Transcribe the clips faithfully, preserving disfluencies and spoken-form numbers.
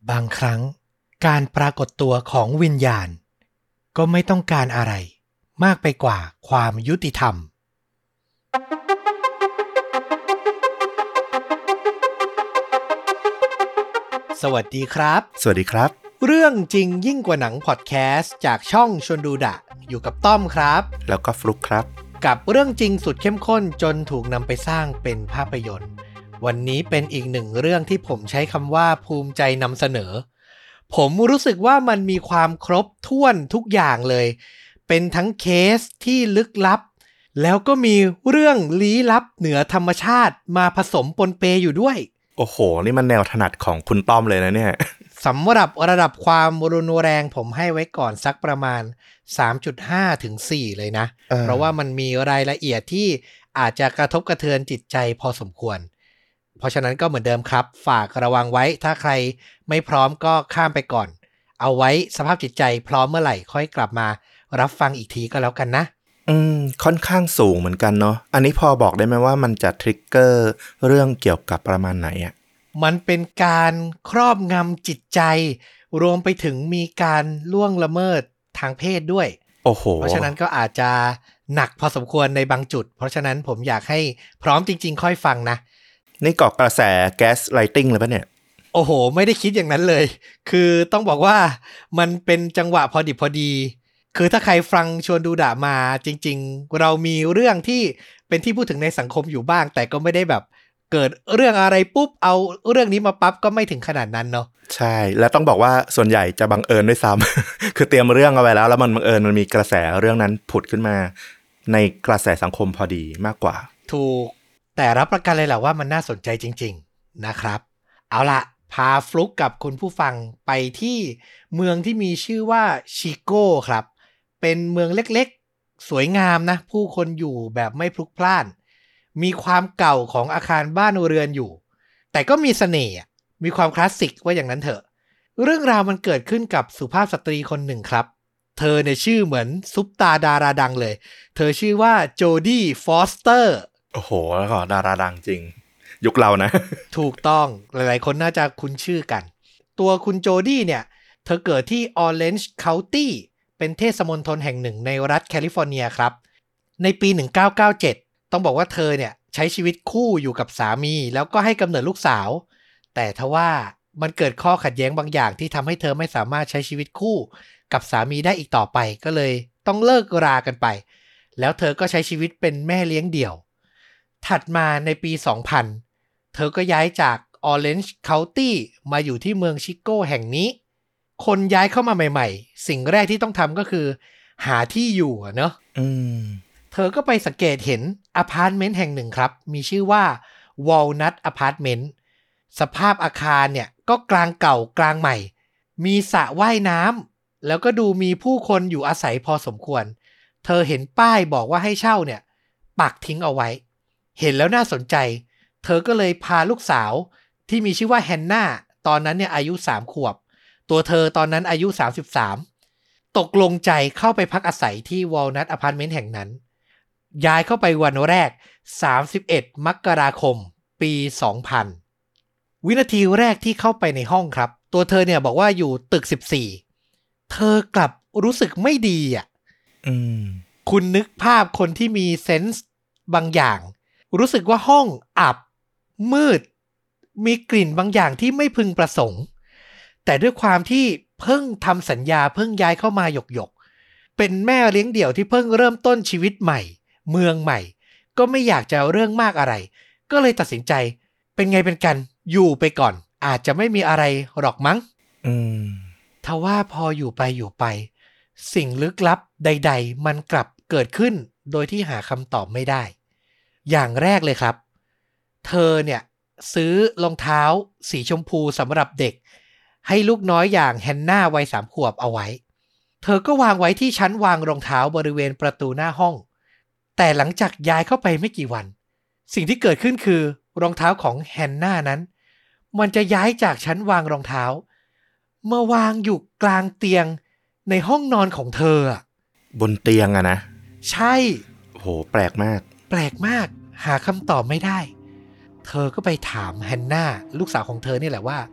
บางครั้งการปรากฏตัวของวิญญาณก็ไม่ต้องการอะไรมากไปกว่าความยุติธรรมสวัสดีครับสวัสดีครับเรื่องจริงยิ่งกว่าหนังพอดแคสต์จากช่องชวนดูดะอยู่กับต้อมครับแล้วก็ฟลุ๊กครับกับเรื่องจริงสุดเข้มข้นจนถูกนำไปสร้างเป็นภาพยนตร์วันนี้เป็นอีกหนึ่งเรื่องที่ผมใช้คำว่าภูมิใจนำเสนอผมรู้สึกว่ามันมีความครบถ้วนทุกอย่างเลยเป็นทั้งเคสที่ลึกลับแล้วก็มีเรื่องลี้ลับเหนือธรรมชาติมาผสมปนเปอยู่ด้วยโอ้โหนี่มันแนวถนัดของคุณต้อมเลยนะเนี่ยสำหรับระดับความรุนแรงผมให้ไว้ก่อนสักประมาณ สามจุดห้า ถึง สี่ เลยนะ เ, เพราะว่ามันมีรายละเอียดที่อาจจะกระทบกระเทือนจิตใจพอสมควรเพราะฉะนั้นก็เหมือนเดิมครับฝากระวังไว้ถ้าใครไม่พร้อมก็ข้ามไปก่อนเอาไว้สภาพจิตใจพร้อมเมื่อไหร่ค่อยกลับมารับฟังอีกทีก็แล้วกันนะอืมค่อนข้างสูงเหมือนกันเนาะอันนี้พอบอกได้ไหมว่ามันจะทริกเกอร์เรื่องเกี่ยวกับประมาณไหนอ่ะมันเป็นการครอบงำจิตใจรวมไปถึงมีการล่วงละเมิดทางเพศด้วยโอ้โหเพราะฉะนั้นก็อาจจะหนักพอสมควรในบางจุดเพราะฉะนั้นผมอยากให้พร้อมจริงๆค่อยฟังนะนี่ก่อกระแสแก๊สไลติ้งเลยปะเนี่ยโอ้โหไม่ได้คิดอย่างนั้นเลยคือต้องบอกว่ามันเป็นจังหวะพอดิบพอดีคือถ้าใครฟังชวนดูดะมาจริงๆเรามีเรื่องที่เป็นที่พูดถึงในสังคมอยู่บ้างแต่ก็ไม่ได้แบบเกิดเรื่องอะไรปุ๊บเอาเรื่องนี้มาปั๊บก็ไม่ถึงขนาดนั้นเนาะใช่แล้วต้องบอกว่าส่วนใหญ่จะบังเอิญด้วยซ้ำ คือเตรียมเรื่องเอาไว้แล้วแล้วมันบังเอิญมันมีกระแสเรื่องนั้นผุดขึ้นมาในกระแสสังคมพอดีมากกว่าถูกแต่รับประกันเลยแหละว่ามันน่าสนใจจริงๆนะครับเอาล่ะพาฟลุกกับคุณผู้ฟังไปที่เมืองที่มีชื่อว่าชิโก้ครับเป็นเมืองเล็กๆสวยงามนะผู้คนอยู่แบบไม่พลุกพล่านมีความเก่าของอาคารบ้านเรือนอยู่แต่ก็มีเสน่ห์มีความคลาสสิกว่าอย่างนั้นเถอะเรื่องราวมันเกิดขึ้นกับสุภาพสตรีคนหนึ่งครับเธอเนี่ยชื่อเหมือนซุปตาดาราดังเลยเธอชื่อว่าโจดี้ฟอสเตอร์โอ้โหแล้วก็ดาราดังจริงยุคเรานะถูกต้องหลายๆคนน่าจะคุ้นชื่อกันตัวคุณโจดี้เนี่ยเธอเกิดที่ Orange County เป็นเทศมณฑลแห่งหนึ่งในรัฐแคลิฟอร์เนียครับในปีหนึ่งเก้าเก้าเจ็ดต้องบอกว่าเธอเนี่ยใช้ชีวิตคู่อยู่กับสามีแล้วก็ให้กำเนิดลูกสาวแต่ทว่ามันเกิดข้อขัดแย้งบางอย่างที่ทำให้เธอไม่สามารถใช้ชีวิตคู่กับสามีได้อีกต่อไปก็เลยต้องเลิกรากันไปแล้วเธอก็ใช้ชีวิตเป็นแม่เลี้ยงเดี่ยวถัดมาในปีสองพันเธอก็ย้ายจาก Orange County มาอยู่ที่เมืองชิโก้แห่งนี้คนย้ายเข้ามาใหม่ๆสิ่งแรกที่ต้องทำก็คือหาที่อยู่เนาะอืมเธอก็ไปสังเกตเห็นอพาร์ตเมนต์แห่งหนึ่งครับมีชื่อว่า Walnut Apartment สภาพอาคารเนี่ยก็กลางเก่ากลางใหม่มีสระว่ายน้ำแล้วก็ดูมีผู้คนอยู่อาศัยพอสมควรเธอเห็นป้ายบอกว่าให้เช่าเนี่ยปักทิ้งเอาไว้เห็นแล้วน่าสนใจเธอก็เลยพาลูกสาวที่มีชื่อว่าแฮนนาตอนนั้นเนี่ยอายุสามขวบตัวเธอตอนนั้นอายุสามสิบสามตกลงใจเข้าไปพักอาศัยที่ Walnut Apartment แห่งนั้นย้ายเข้าไปวันแรกสามสิบเอ็ดมกราคมปีสองพันวินาทีแรกที่เข้าไปในห้องครับตัวเธอเนี่ยบอกว่าอยู่ตึกสิบสี่เธอกลับรู้สึกไม่ดีอ่ะอืมคุณนึกภาพคนที่มีเซนส์บางอย่างรู้สึกว่าห้องอับมืดมีกลิ่นบางอย่างที่ไม่พึงประสงค์แต่ด้วยความที่เพิ่งทำสัญญาเพิ่งย้ายเข้ามาหยกๆเป็นแม่เลี้ยงเดี่ยวที่เพิ่งเริ่มต้นชีวิตใหม่เมืองใหม่ก็ไม่อยากจะเรื่องมากอะไรก็เลยตัดสินใจเป็นไงเป็นกันอยู่ไปก่อนอาจจะไม่มีอะไรหรอกมั้งอืมทว่าพออยู่ไปอยู่ไปสิ่งลึกลับใดๆมันกลับเกิดขึ้นโดยที่หาคำตอบไม่ได้อย่างแรกเลยครับเธอเนี่ยซื้อรองเท้าสีชมพูสำหรับเด็กให้ลูกน้อยอย่างแฮนนาวัยสามขวบเอาไว้เธอก็วางไว้ที่ชั้นวางรองเท้าบริเวณประตูหน้าห้องแต่หลังจากย้ายเข้าไปไม่กี่วันสิ่งที่เกิดขึ้นคือรองเท้าของแฮนนานั้นมันจะย้ายจากชั้นวางรองเท้ามาวางอยู่กลางเตียงในห้องนอนของเธอบนเตียงอะนะใช่โหแปลกมากแปลกมากหาคำตอบไม่ได้เธอก็ไปถามแฮนนาลูกสาวของเธอนี่แหละว่า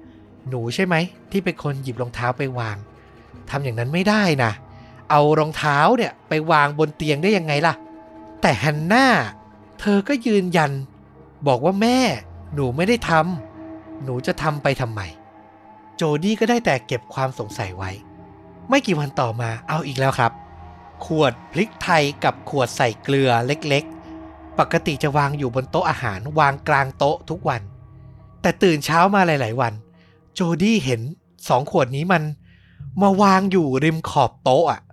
หนูใช่ไหมที่เป็นคนหยิบรองเท้าไปวางทำอย่างนั้นไม่ได้นะเอารองเท้าเนี่ยไปวางบนเตียงได้ยังไงล่ะแต่ฮันน่าเธอก็ยืนยันบอกว่าแม่หนูไม่ได้ทำหนูจะทำไปทำไมโจดี้ก็ได้แต่เก็บความสงสัยไว้ไม่กี่วันต่อมาเอาอีกแล้วครับขวดพริกไทยกับขวดใส่เกลือเล็กๆปกติจะวางอยู่บนโต๊ะอาหารวางกลางโต๊ะทุกวันแต่ตื่นเช้ามาหลายๆวันโจดี้เห็นสองขวดนี้มันมาวางอยู่ริมขอบโต๊ะอ่ะ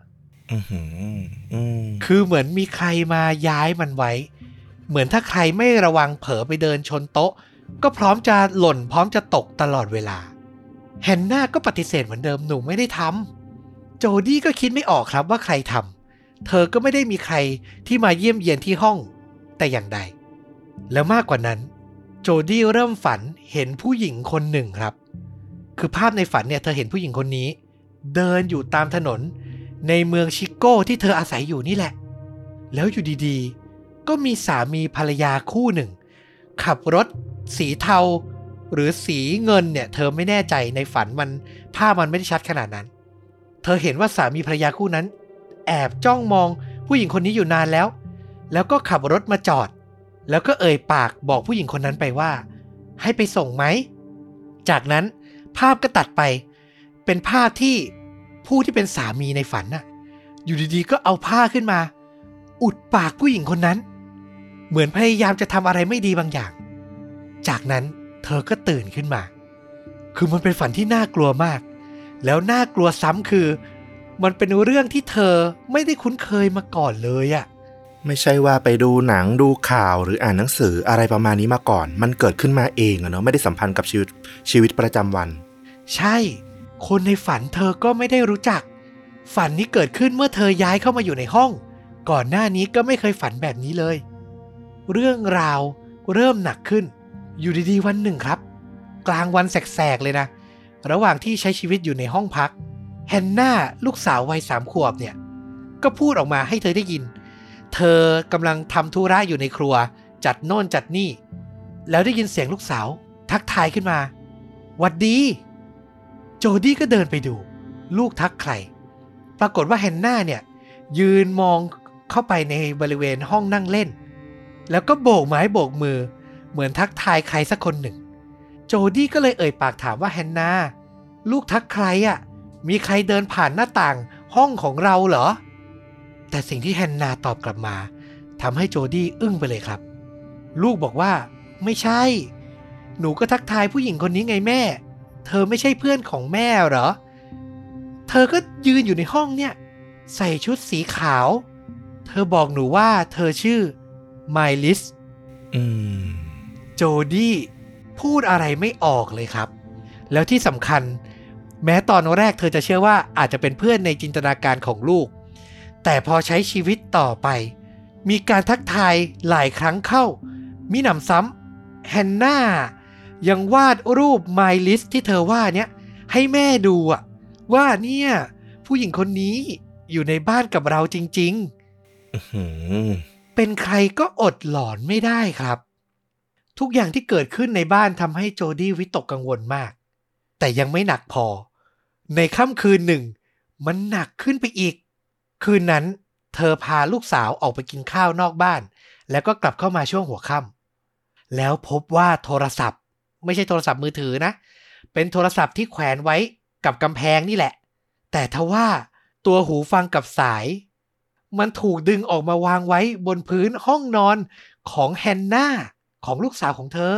คือเหมือนมีใครมาย้ายมันไว้เหมือนถ้าใครไม่ระวังเผลอไปเดินชนโต๊ะก็พร้อมจะหล่นพร้อมจะตกตลอดเวลาแฮนนาก็ปฏิเสธเหมือนเดิมหนูไม่ได้ทำโจดี้ก็คิดไม่ออกครับว่าใครทำเธอก็ไม่ได้มีใครที่มาเยี่ยมเยียนที่ห้องแต่อย่างใดแล้วมากกว่านั้นโจดี้เริ่มฝันเห็นผู้หญิงคนหนึ่งครับคือภาพในฝันเนี่ยเธอเห็นผู้หญิงคนนี้เดินอยู่ตามถนนในเมืองชิโก้ที่เธออาศัยอยู่นี่แหละแล้วอยู่ดีๆก็มีสามีภรรยาคู่หนึ่งขับรถสีเทาหรือสีเงินเนี่ยเธอไม่แน่ใจในฝันมันภาพมันไม่ได้ชัดขนาดนั้นเธอเห็นว่าสามีภรรยาคู่นั้นแอบจ้องมองผู้หญิงคนนี้อยู่นานแล้วแล้วก็ขับรถมาจอดแล้วก็เอ่ยปากบอกผู้หญิงคนนั้นไปว่าให้ไปส่งไหมจากนั้นภาพก็ตัดไปเป็นภาพที่ผู้ที่เป็นสามีในฝันน่ะอยู่ดีๆก็เอาผ้าขึ้นมาอุดปากผู้หญิงคนนั้นเหมือนพยายามจะทำอะไรไม่ดีบางอย่างจากนั้นเธอก็ตื่นขึ้นมาคือมันเป็นฝันที่น่ากลัวมากแล้วน่ากลัวซ้ำคือมันเป็นเรื่องที่เธอไม่ได้คุ้นเคยมาก่อนเลยอะไม่ใช่ว่าไปดูหนังดูข่าวหรืออ่านหนังสืออะไรประมาณนี้มาก่อนมันเกิดขึ้นมาเองอะเนาะไม่ได้สัมพันธ์กับชีวิตชีวิตประจำวันใช่คนในฝันเธอก็ไม่ได้รู้จักฝันนี้เกิดขึ้นเมื่อเธอย้ายเข้ามาอยู่ในห้องก่อนหน้านี้ก็ไม่เคยฝันแบบนี้เลยเรื่องราวเริ่มหนักขึ้นอยู่ดีๆวันหนึ่งครับกลางวันแสกๆเลยนะระหว่างที่ใช้ชีวิตอยู่ในห้องพักแฮนนาลูกสาววัยสามขวบเนี่ยก็พูดออกมาให้เธอได้ยินเธอกำลังทำธุระอยู่ในครัวจัดโน่นจัดนี่แล้วได้ยินเสียงลูกสาวทักทายขึ้นมาหวัดดีโจดี้ก็เดินไปดูลูกทักใครปรากฏว่าแฮนนาเนี่ยยืนมองเข้าไปในบริเวณห้องนั่งเล่นแล้วก็โบกไม้โบกมือเหมือนทักทายใครสักคนหนึ่งโจดี้ก็เลยเอ่ยปากถามว่าแฮนนาลูกทักใครอ่ะมีใครเดินผ่านหน้าต่างห้องของเราเหรอแต่สิ่งที่แฮนนาตอบกลับมาทำให้โจดี้อึ้งไปเลยครับลูกบอกว่าไม่ใช่หนูก็ทักทายผู้หญิงคนนี้ไงแม่เธอไม่ใช่เพื่อนของแม่เหรอเธอก็ยืนอยู่ในห้องเนี่ยใส่ชุดสีขาวเธอบอกหนูว่าเธอชื่อไมลิสอืมโจดี้พูดอะไรไม่ออกเลยครับแล้วที่สำคัญแม้ตอนแรกเธอจะเชื่อว่าอาจจะเป็นเพื่อนในจินตนาการของลูกแต่พอใช้ชีวิตต่อไปมีการทักทายหลายครั้งเข้ามิหนำซ้ำแฮนนายังวาดรูปไมลิสที่เธอว่าเนี่ยให้แม่ดูอะว่าเนี่ยผู้หญิงคนนี้อยู่ในบ้านกับเราจริงๆเป็นใครก็อดหลอนไม่ได้ครับทุกอย่างที่เกิดขึ้นในบ้านทำให้โจดี้วิตกกังวลมากแต่ยังไม่หนักพอในค่ำคืนหนึ่งมันหนักขึ้นไปอีกคืนนั้นเธอพาลูกสาวออกไปกินข้าวนอกบ้านแล้วก็กลับเข้ามาช่วงหัวค่ำแล้วพบว่าโทรศัพท์ไม่ใช่โทรศัพท์มือถือนะเป็นโทรศัพท์ที่แขวนไว้กับกำแพงนี่แหละแต่ทว่าตัวหูฟังกับสายมันถูกดึงออกมาวางไว้บนพื้นห้องนอนของแฮนนาของลูกสาวของเธอ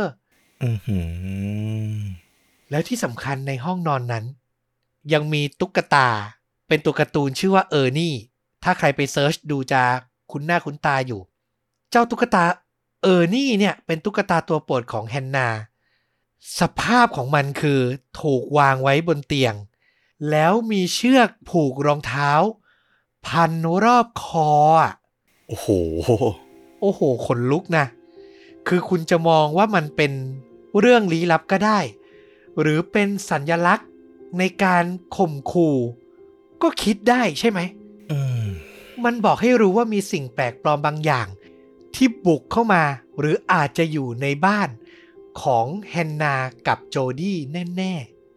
แล้วที่สำคัญในห้องนอนนั้นยังมีตุ๊กตาเป็นตัวการ์ตูนชื่อว่าเออร์นี่ถ้าใครไปเซิร์ชดูจะคุ้นหน้าคุ้นตาอยู่เจ้าตุ๊กตาเออร์นี่เนี่ยเป็นตุ๊กตาตัวโปรดของแฮนนาสภาพของมันคือถูกวางไว้บนเตียงแล้วมีเชือกผูกรองเท้าพันรอบคอโอ้โหโอ้โหขนลุกนะคือคุณจะมองว่ามันเป็นเรื่องลี้ลับก็ได้หรือเป็นสัญลักษณ์ในการข่มขู่ก็คิดได้ใช่ไหมมันบอกให้รู้ว่ามีสิ่งแปลกปลอมบางอย่างที่บุกเข้ามาหรืออาจจะอยู่ในบ้านของแฮนนากับโจดี้แน่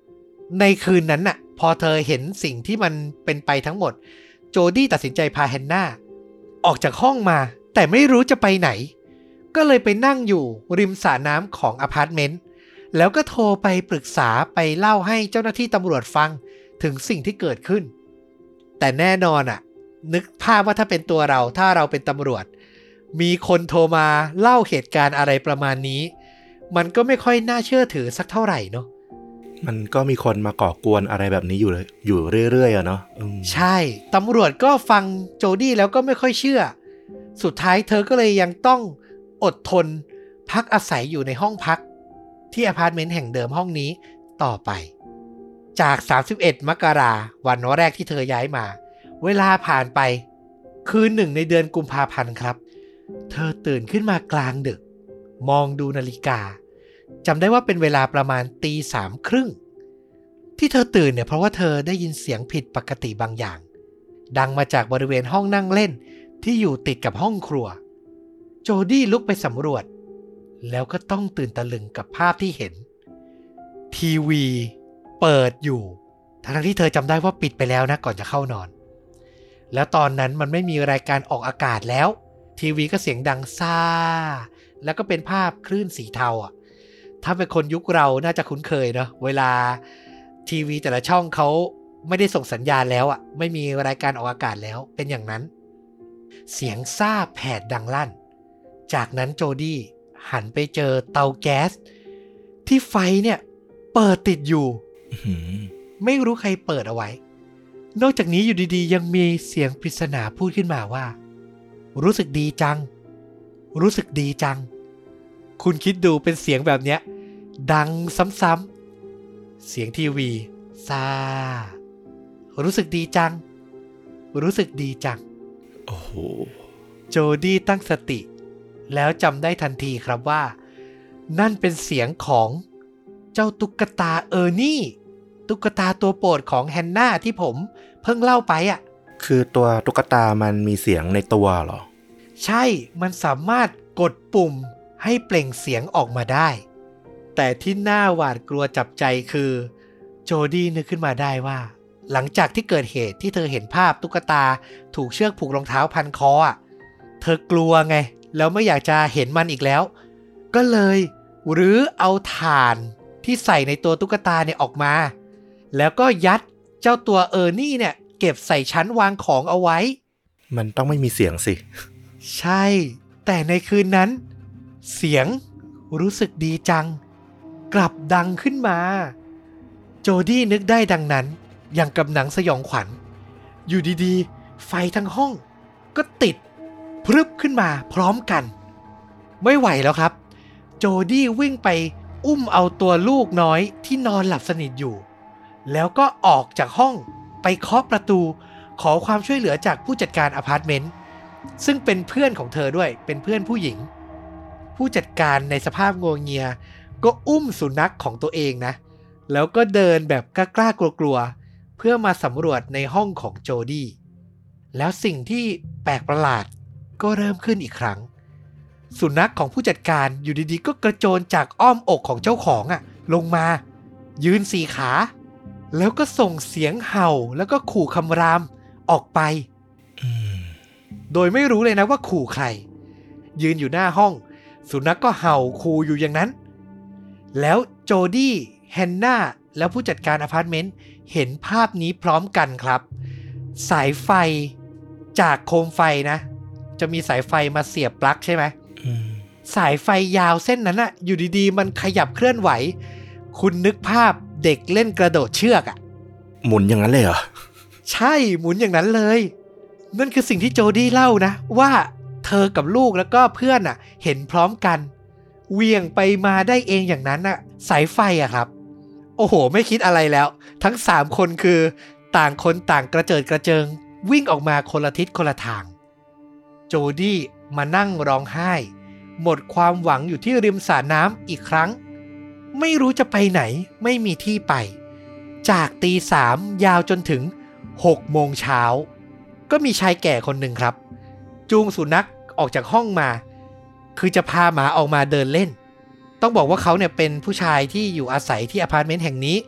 ในคืนนั้นน่ะพอเธอเห็นสิ่งที่มันเป็นไปทั้งหมดโจดี้ตัดสินใจพาแฮนนาออกจากห้องมาแต่ไม่รู้จะไปไหนก็เลยไปนั่งอยู่ริมสระน้ำของอพาร์ตเมนต์แล้วก็โทรไปปรึกษาไปเล่าให้เจ้าหน้าที่ตำรวจฟังถึงสิ่งที่เกิดขึ้นแต่แน่นอนอ่ะนึกภาพว่าถ้าเป็นตัวเราถ้าเราเป็นตำรวจมีคนโทรมาเล่าเหตุการณ์อะไรประมาณนี้มันก็ไม่ค่อยน่าเชื่อถือสักเท่าไหร่เนาะมันก็มีคนมาก่อกวนอะไรแบบนี้อยู่เลยอยู่เรื่อยๆอะเนาะใช่ตำรวจก็ฟังโจดี้แล้วก็ไม่ค่อยเชื่อสุดท้ายเธอก็เลยยังต้องอดทนพักอาศัยอยู่ในห้องพักที่อพาร์ตเมนต์แห่งเดิมห้องนี้ต่อไปจากสามสิบเอ็ดมกราคมวันแรกที่เธอย้ายมาเวลาผ่านไปคืนหนึ่งในเดือนกุมภาพันธ์ครับเธอตื่นขึ้นมากลางดึกมองดูนาฬิกาจำได้ว่าเป็นเวลาประมาณตีสามครึ่งที่เธอตื่นเนี่ยเพราะว่าเธอได้ยินเสียงผิดปกติบางอย่างดังมาจากบริเวณห้องนั่งเล่นที่อยู่ติดกับห้องครัวโจดี้ลุกไปสำรวจแล้วก็ต้องตื่นตะลึงกับภาพที่เห็นทีวีเปิดอยู่ทั้งที่เธอจำได้ว่าปิดไปแล้วนะก่อนจะเข้านอนแล้วตอนนั้นมันไม่มีรายการออกอากาศแล้วทีวีก็เสียงดังซ่าแล้วก็เป็นภาพคลื่นสีเทาอ่ะถ้าเป็นคนยุคเราน่าจะคุ้นเคยเนาะเวลาทีวีแต่ละช่องเขาไม่ได้ส่งสัญญาณแล้วอ่ะไม่มีรายการออกอากาศแล้วเป็นอย่างนั้นเสียงซ่าแผดดังลั่นจากนั้นโจดี้หันไปเจอเตาแก๊สที่ไฟเนี่ยเปิดติดอยู่ไม่รู้ใครเปิดเอาไว้นอกจากนี้อยู่ดีๆยังมีเสียงปริศนาพูดขึ้นมาว่ารู้สึกดีจังรู้สึกดีจังคุณคิดดูเป็นเสียงแบบเนี้ยดังซ้ำๆเสียงทีวีซ่ารู้สึกดีจังรู้สึกดีจังโอ้โหโจดี้ตั้งสติแล้วจำได้ทันทีครับว่านั่นเป็นเสียงของเจ้าตุ๊กตาเออร์นี่ตุ๊กตาตัวโปรดของแฮนนาที่ผมเพิ่งเล่าไปอ่ะคือตัวตุ๊กตามันมีเสียงในตัวเหรอใช่มันสามารถกดปุ่มให้เปล่งเสียงออกมาได้แต่ที่น่าหวาดกลัวจับใจคือโจดี้นึกขึ้นมาได้ว่าหลังจากที่เกิดเหตุที่เธอเห็นภาพตุ๊กตาถูกเชือกผูกรองเท้าพันคออ่ะเธอกลัวไงแล้วไม่อยากจะเห็นมันอีกแล้วก็เลยหรือเอาถ่านที่ใส่ในตัวตุ๊กตาเนี่ยออกมาแล้วก็ยัดเจ้าตัวเออร์นี่เนี่ยเก็บใส่ชั้นวางของเอาไว้มันต้องไม่มีเสียงสิใช่แต่ในคืนนั้นเสียงรู้สึกดีจังกลับดังขึ้นมาโจดี้นึกได้ดังนั้นอย่างกับหนังสยองขวัญอยู่ดีๆไฟทั้งห้องก็ติดพรึบขึ้นมาพร้อมกันไม่ไหวแล้วครับโจดี้วิ่งไปอุ้มเอาตัวลูกน้อยที่นอนหลับสนิทอยู่แล้วก็ออกจากห้องไปเคาะประตูขอความช่วยเหลือจากผู้จัดการอพาร์ตเมนต์ซึ่งเป็นเพื่อนของเธอด้วยเป็นเพื่อนผู้หญิงผู้จัดการในสภาพงัวเงียก็อุ้มสุนัขของตัวเองนะแล้วก็เดินแบบกล้ากลัวๆเพื่อมาสำรวจในห้องของโจดี้แล้วสิ่งที่แปลกประหลาดก็เริ่มขึ้นอีกครั้งสุนัขของผู้จัดการอยู่ดีๆก็กระโจนจากอ้อมอกของเจ้าของอ่ะลงมายืนสี่ขาแล้วก็ส่งเสียงเห่าแล้วก็ขู่คำรามออกไปโดยไม่รู้เลยนะว่าขู่ใครยืนอยู่หน้าห้องสุนัข ก, ก็เห่าขู่อยู่อย่างนั้นแล้วโจดี้แฮนนาแล้วผู้จัดการอพาร์ตเมนต์เห็นภาพนี้พร้อมกันครับสายไฟจากโคมไฟนะจะมีสายไฟมาเสียบปลั๊กใช่ไหมสายไฟยาวเส้นนั้นอะอยู่ดีๆมันขยับเคลื่อนไหวคุณนึกภาพเด็กเล่นกระโดดเชือกอะหมุนอย่างนั้นเลยเหรอใช่หมุนอย่างนั้นเลยนั่นคือสิ่งที่โจดี้เล่านะว่าเธอกับลูกแล้วก็เพื่อนอะเห็นพร้อมกันเวียงไปมาได้เองอย่างนั้นอะสายไฟอะครับโอ้โหไม่คิดอะไรแล้วทั้งสามคนคือต่างคนต่างกระเจิดกระเจิงวิ่งออกมาคนละทิศคนละทางโจดี้มานั่งร้องไห้หมดความหวังอยู่ที่ริมสระน้ำอีกครั้งไม่รู้จะไปไหนไม่มีที่ไปจากตีสามยาวจนถึงหกโมงเช้าก็มีชายแก่คนหนึ่งครับจูงสุนัขออกจากห้องมาคือจะพาหมาออกมาเดินเล่นต้องบอกว่าเขาเนี่ยเป็นผู้ชายที่อยู่อาศัยที่อพาร์ตเมนต์แห่งนี้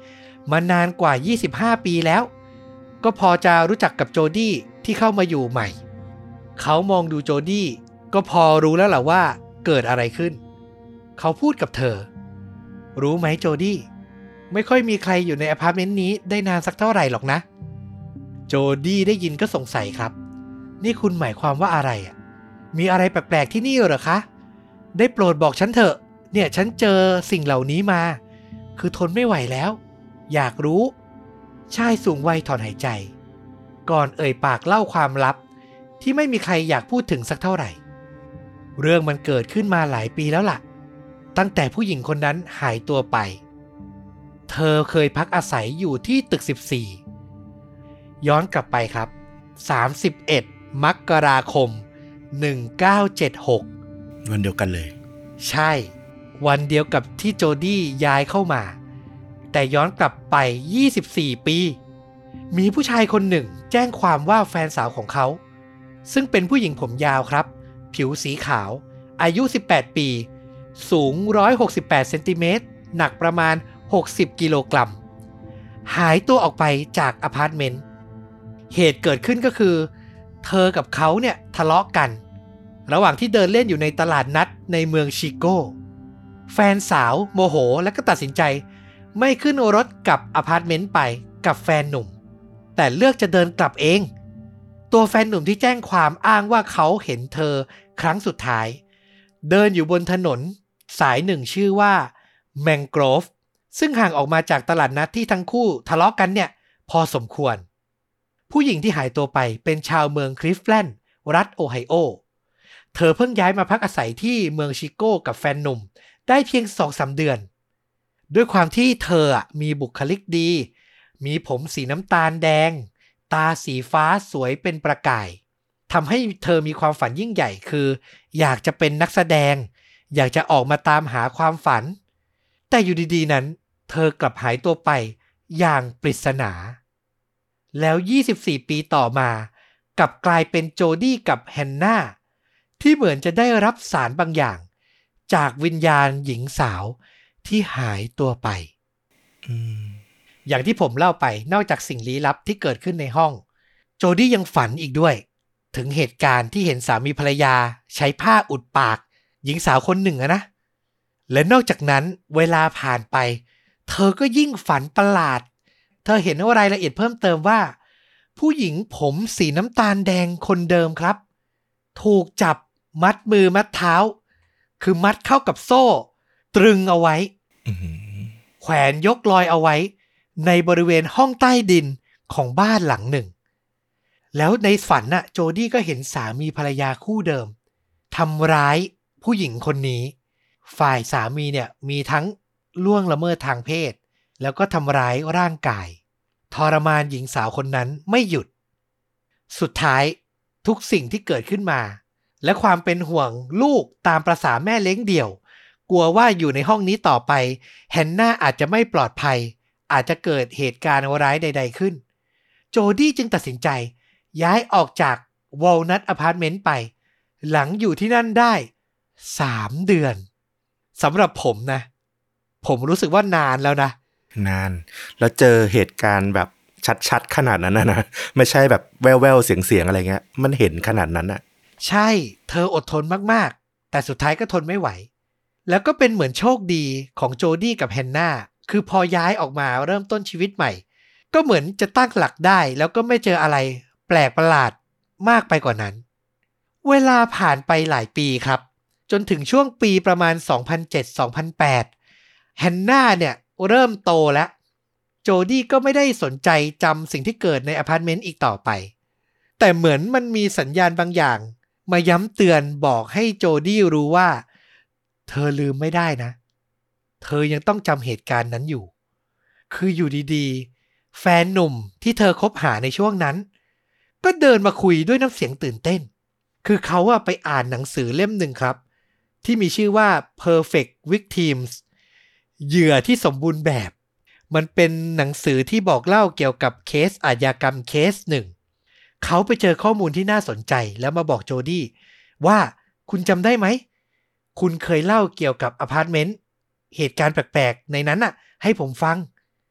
มานานกว่ายี่สิบห้าปีแล้วก็พอจะรู้จักกับโจดี้ที่เข้ามาอยู่ใหม่เขามองดูโจดี้ก็พอรู้แล้วล่ะว่าเกิดอะไรขึ้นเขาพูดกับเธอรู้ไหมโจดี้ไม่ค่อยมีใครอยู่ในอพาร์ตเมนต์นี้ได้นานสักเท่าไหร่หรอกนะโจดี้ได้ยินก็สงสัยครับนี่คุณหมายความว่าอะไรอ่ะมีอะไรแปลกๆที่นี่เหรอคะได้โปรดบอกฉันเถอะเนี่ยฉันเจอสิ่งเหล่านี้มาคือทนไม่ไหวแล้วอยากรู้ชายสูงวัยถอนหายใจก่อนเอ่ยปากเล่าความลับที่ไม่มีใครอยากพูดถึงสักเท่าไหร่เรื่องมันเกิดขึ้นมาหลายปีแล้วล่ะตั้งแต่ผู้หญิงคนนั้นหายตัวไปเธอเคยพักอาศัยอยู่ที่ตึกสิบสี่ย้อนกลับไปครับสามสิบเอ็ดมกราคมหนึ่งเก้าเจ็ดหกวันเดียวกันเลยใช่วันเดียวกับที่โจดี้ย้ายเข้ามาแต่ย้อนกลับไปยี่สิบสี่ปีมีผู้ชายคนหนึ่งแจ้งความว่าแฟนสาวของเขาซึ่งเป็นผู้หญิงผมยาวครับผิวสีขาวอายุสิบแปดปีสูงหนึ่งร้อยหกสิบแปดเซนติเมตรหนักประมาณหกสิบกิโลกรัมหายตัวออกไปจากอพาร์ตเมนต์เหตุเกิดขึ้นก็คือเธอกับเขาเนี่ยทะเลาะกันระหว่างที่เดินเล่นอยู่ในตลาดนัดในเมืองชิโก้แฟนสาวโมโหและก็ตัดสินใจไม่ขึ้นรถกลับอพาร์ตเมนต์ไปกับแฟนหนุ่มแต่เลือกจะเดินกลับเองตัวแฟนหนุ่มที่แจ้งความอ้างว่าเขาเห็นเธอครั้งสุดท้ายเดินอยู่บนถนนสายหนึ่งชื่อว่าแมงโกรฟซึ่งห่างออกมาจากตลาดนัดที่ทั้งคู่ทะเลาะกันเนี่ยพอสมควรผู้หญิงที่หายตัวไปเป็นชาวเมืองคลิฟแลนด์รัฐโอไฮโอเธอเพิ่งย้ายมาพักอาศัยที่เมืองชิโก้กับแฟนหนุ่มได้เพียง สองถึงสาม เดือนด้วยความที่เธอมีบุคลิกดีมีผมสีน้ำตาลแดงตาสีฟ้าสวยเป็นประกายทำให้เธอมีความฝันยิ่งใหญ่คืออยากจะเป็นนักแสดงอยากจะออกมาตามหาความฝันแต่อยู่ดีๆนั้นเธอกลับหายตัวไปอย่างปริศนาแล้วยี่สิบสี่ปีต่อมากลับกลายเป็นโจดี้กับแฮนนาที่เหมือนจะได้รับสารบางอย่างจากวิญญาณหญิงสาวที่หายตัวไป mm. อย่างที่ผมเล่าไปนอกจากสิ่งลี้ลับที่เกิดขึ้นในห้องโจดี้ยังฝันอีกด้วยถึงเหตุการณ์ที่เห็นสามีภรรยาใช้ผ้าอุดปากหญิงสาวคนหนึ่งอะนะและนอกจากนั้นเวลาผ่านไปเธอก็ยิ่งฝันประหลาดเธอเห็นรายละเอียดเพิ่มเติมว่าผู้หญิงผมสีน้ำตาลแดงคนเดิมครับถูกจับมัดมือมัดเท้าคือมัดเข้ากับโซ่ตรึงเอาไว้ mm-hmm. แขวนยกลอยเอาไว้ในบริเวณห้องใต้ดินของบ้านหลังหนึ่งแล้วในฝันน่ะโจดี้ก็เห็นสามีภรรยาคู่เดิมทำร้ายผู้หญิงคนนี้ฝ่ายสามีเนี่ยมีทั้งล่วงละเมิดทางเพศแล้วก็ทำร้ายร่างกายทรมานหญิงสาวคนนั้นไม่หยุดสุดท้ายทุกสิ่งที่เกิดขึ้นมาและความเป็นห่วงลูกตามประสาแม่เลี้ยงเดี่ยวกลัวว่าอยู่ในห้องนี้ต่อไปแฮนนาอาจจะไม่ปลอดภัยอาจจะเกิดเหตุการณ์ร้ายใดๆขึ้นโจดี้จึงตัดสินใจย้ายออกจากวอลนัทอพาร์ตเมนต์ไปหลังอยู่ที่นั่นได้สามเดือนสำหรับผมนะผมรู้สึกว่านานแล้วนะนานแล้วเจอเหตุการณ์แบบชัดๆขนาดนั้นนะนะไม่ใช่แบบแว่วๆเสียงๆอะไรเงี้ยมันเห็นขนาดนั้นอ่ะใช่เธออดทนมากๆแต่สุดท้ายก็ทนไม่ไหวแล้วก็เป็นเหมือนโชคดีของโจดี้กับแฮนนาคือพอย้ายออกมาเริ่มต้นชีวิตใหม่ก็เหมือนจะตั้งหลักได้แล้วก็ไม่เจออะไรแปลกประหลาดมากไปกว่านั้นเวลาผ่านไปหลายปีครับจนถึงช่วงปีประมาณ สองพันเจ็ด สองพันแปด แฮนนาเนี่ยเริ่มโตแล้วโจดี้ก็ไม่ได้สนใจจำสิ่งที่เกิดในอพาร์ตเมนต์อีกต่อไปแต่เหมือนมันมีสัญญาณบางอย่างมาย้ำเตือนบอกให้โจดี้รู้ว่าเธอลืมไม่ได้นะเธอยังต้องจำเหตุการณ์นั้นอยู่คืออยู่ดีๆแฟนหนุ่มที่เธอคบหาในช่วงนั้นก็เดินมาคุยด้วยน้ำเสียงตื่นเต้นคือเขาอะไปอ่านหนังสือเล่มหนึ่งครับที่มีชื่อว่า Perfect Victims เหยื่อที่สมบูรณ์แบบมันเป็นหนังสือที่บอกเล่าเกี่ยวกับเคสอาชญากรรมเคสหนึ่งเขาไปเจอข้อมูลที่น่าสนใจแล้วมาบอกโจดี้ว่าคุณจำได้ไหมคุณเคยเล่าเกี่ยวกับอพาร์ตเมนต์เหตุการณ์แปลกๆในนั้นน่ะให้ผมฟัง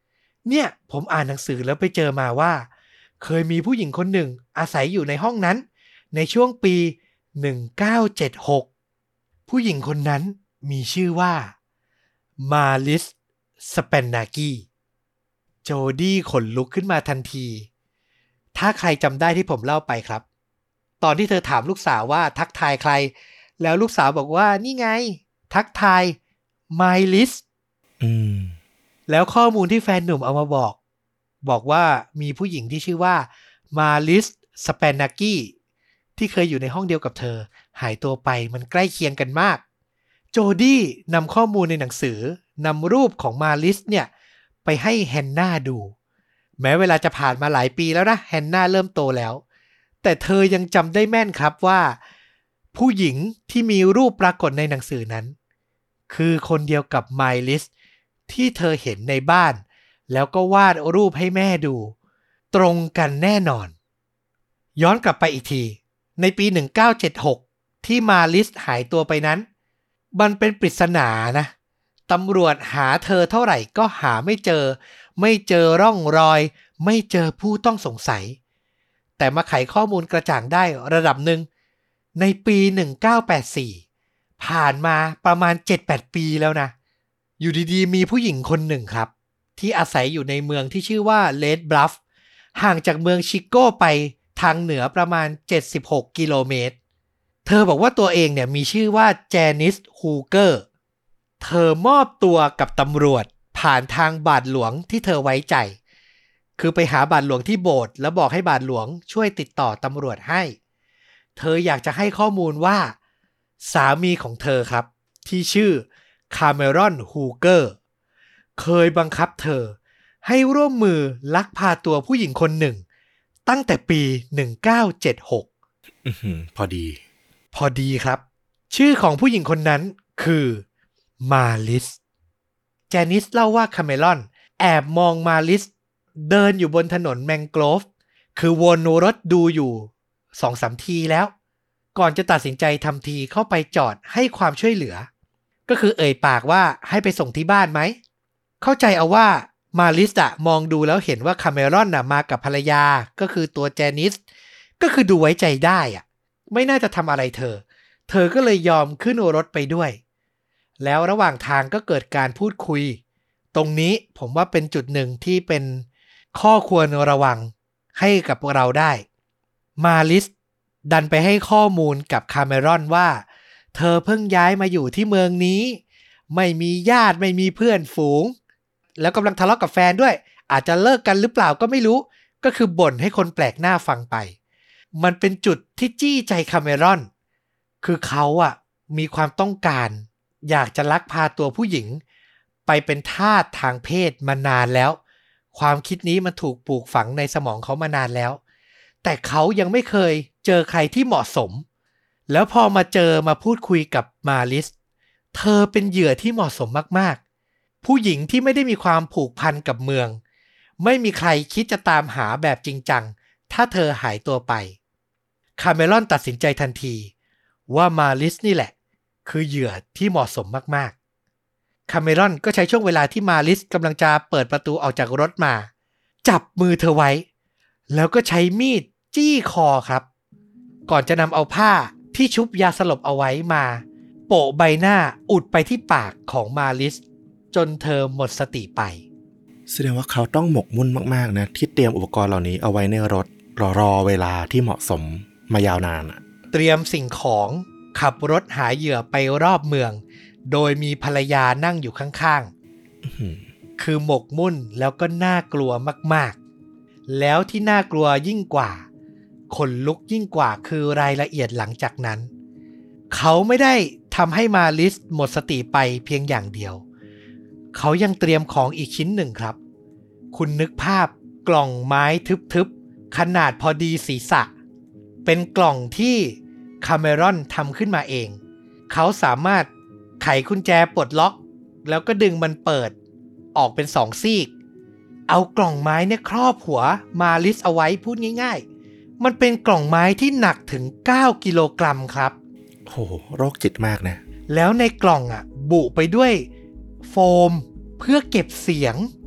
เนี่ยผมอ่านหนังสือแล้วไปเจอมาว่าเคยมีผู้หญิงคนหนึ่งอาศัยอยู่ในห้องนั้นในช่วงปีหนึ่งเก้าเจ็ดหกผู้หญิงคนนั้นมีชื่อว่ามาลิสสเปนนากีโจดี้ขนลุกขึ้นมาทันทีถ้าใครจำได้ที่ผมเล่าไปครับตอนที่เธอถามลูกสาวว่าทักทายใครแล้วลูกสาวบอกว่านี่ไงทักทายไมลิสอืมแล้วข้อมูลที่แฟนหนุ่มเอามาบอกบอกว่ามีผู้หญิงที่ชื่อว่ามาลิสสเปนนากีที่เคยอยู่ในห้องเดียวกับเธอหายตัวไปมันใกล้เคียงกันมากโจดี้นำข้อมูลในหนังสือนำรูปของมาลิสเนี่ยไปให้แฮนนาดูแม้เวลาจะผ่านมาหลายปีแล้วนะแฮนนาเริ่มโตแล้วแต่เธอยังจำได้แม่นครับว่าผู้หญิงที่มีรูปปรากฏในหนังสือนั้นคือคนเดียวกับไมลิสที่เธอเห็นในบ้านแล้วก็วาดรูปให้แม่ดูตรงกันแน่นอนย้อนกลับไปอีกทีในปีหนึ่งเก้าเจ็ดหกที่มาลิสหายตัวไปนั้นมันเป็นปริศนานะตำรวจหาเธอเท่าไหร่ก็หาไม่เจอไม่เจอร่องรอยไม่เจอผู้ต้องสงสัยแต่มาไขข้อมูลกระจ่างได้ระดับหนึ่งในปีหนึ่งเก้าแปดสี่ผ่านมาประมาณ เจ็ดแปด ปีแล้วนะอยู่ดีๆมีผู้หญิงคนหนึ่งครับที่อาศัยอยู่ในเมืองที่ชื่อว่าเลดบลัฟห่างจากเมืองชิโก้ไปทางเหนือประมาณเจ็ดสิบหกกิโลเมตรเธอบอกว่าตัวเองเนี่ยมีชื่อว่าแจนิสฮูเกอร์เธอมอบตัวกับตำรวจผ่านทางบาทหลวงที่เธอไว้ใจคือไปหาบาทหลวงที่โบสถ์แล้วบอกให้บาทหลวงช่วยติดต่อตำรวจให้เธออยากจะให้ข้อมูลว่าสามีของเธอครับที่ชื่อคาเมรอนฮูเกอร์เคยบังคับเธอให้ร่วมมือลักพาตัวผู้หญิงคนหนึ่งตั้งแต่ปีหนึ่งเก้าเจ็ดหกอื้อหือพอดีพอดีครับชื่อของผู้หญิงคนนั้นคือมาลิสแจนิสเล่าว่าคาเมรอนแอบมองมาลิสเดินอยู่บนถนนแมงโกรฟคือวนรถดูอยู่ สองสาม ทีแล้วก่อนจะตัดสินใจทำทีเข้าไปจอดให้ความช่วยเหลือก็คือเอ่ยปากว่าให้ไปส่งที่บ้านไหมเข้าใจเอาว่ามาลิสอะมองดูแล้วเห็นว่าคาเมรอนน่ะมากับภรรยาก็คือตัวแจนิสก็คือดูไว้ใจได้อะไม่น่าจะทำอะไรเธอเธอก็เลยยอมขึ้นรถไปด้วยแล้วระหว่างทางก็เกิดการพูดคุยตรงนี้ผมว่าเป็นจุดหนึ่งที่เป็นข้อควรระวังให้กับเราได้มาลิสดันไปให้ข้อมูลกับคาเมรอนว่าเธอเพิ่งย้ายมาอยู่ที่เมืองนี้ไม่มีญาติไม่มีเพื่อนฝูงแล้วกำลังทะเลาะกับแฟนด้วยอาจจะเลิกกันหรือเปล่าก็ไม่รู้ก็คือบ่นให้คนแปลกหน้าฟังไปมันเป็นจุดที่จี้ใจคาเมรอนคือเขาอะมีความต้องการอยากจะลักพาตัวผู้หญิงไปเป็นทาสทางเพศมานานแล้วความคิดนี้มันถูกปลูกฝังในสมองเขามานานแล้วแต่เขายังไม่เคยเจอใครที่เหมาะสมแล้วพอมาเจอมาพูดคุยกับมาลิสเธอเป็นเหยื่อที่เหมาะสมมากๆผู้หญิงที่ไม่ได้มีความผูกพันกับเมืองไม่มีใครคิดจะตามหาแบบจริงจังถ้าเธอหายตัวไปคาเมรอนตัดสินใจทันทีว่ามาลิสนี่แหละคือเหยื่อที่เหมาะสมมากๆคาเมรอนก็ใช้ช่วงเวลาที่มาลิสกำลังจะเปิดประตูออกจากรถมาจับมือเธอไว้แล้วก็ใช้มีดจี้คอครับก่อนจะนำเอาผ้าที่ชุบยาสลบเอาไว้มาโปะใบหน้าอุดไปที่ปากของมาลิสจนเธอหมดสติไปแสดงว่าเขาต้องหมกมุ่นมากๆนะที่เตรียมอุปกรณ์เหล่านี้เอาไว้ในรถรอรอเวลาที่เหมาะสมมายาวนานอะเตรียมสิ่งของขับรถหาเหยื่อไปรอบเมืองโดยมีภรรยานั่งอยู่ข้างๆคือหมกมุ่นแล้วก็น่ากลัวมากๆแล้วที่น่ากลัวยิ่งกว่าขนลุกยิ่งกว่าคือรายละเอียดหลังจากนั้นเขาไม่ได้ทำให้มาลิสหมดสติไปเพียงอย่างเดียวเขายังเตรียมของอีกชิ้นหนึ่งครับคุณนึกภาพกล่องไม้ทึบๆขนาดพอดีศีรษะเป็นกล่องที่คาเมรอนทำขึ้นมาเองเขาสามารถไขกุญแจปลดล็อกแล้วก็ดึงมันเปิดออกเป็นสองซีกเอากล่องไม้เนี่ยครอบหัวมาลิสเอาไว้พูดง่ายๆมันเป็นกล่องไม้ที่หนักถึงเก้ากิโลกรัมครับโหโรคจิตมากนะแล้วในกล่องอ่ะบุไปด้วยโฟมเพื่อเก็บเสียง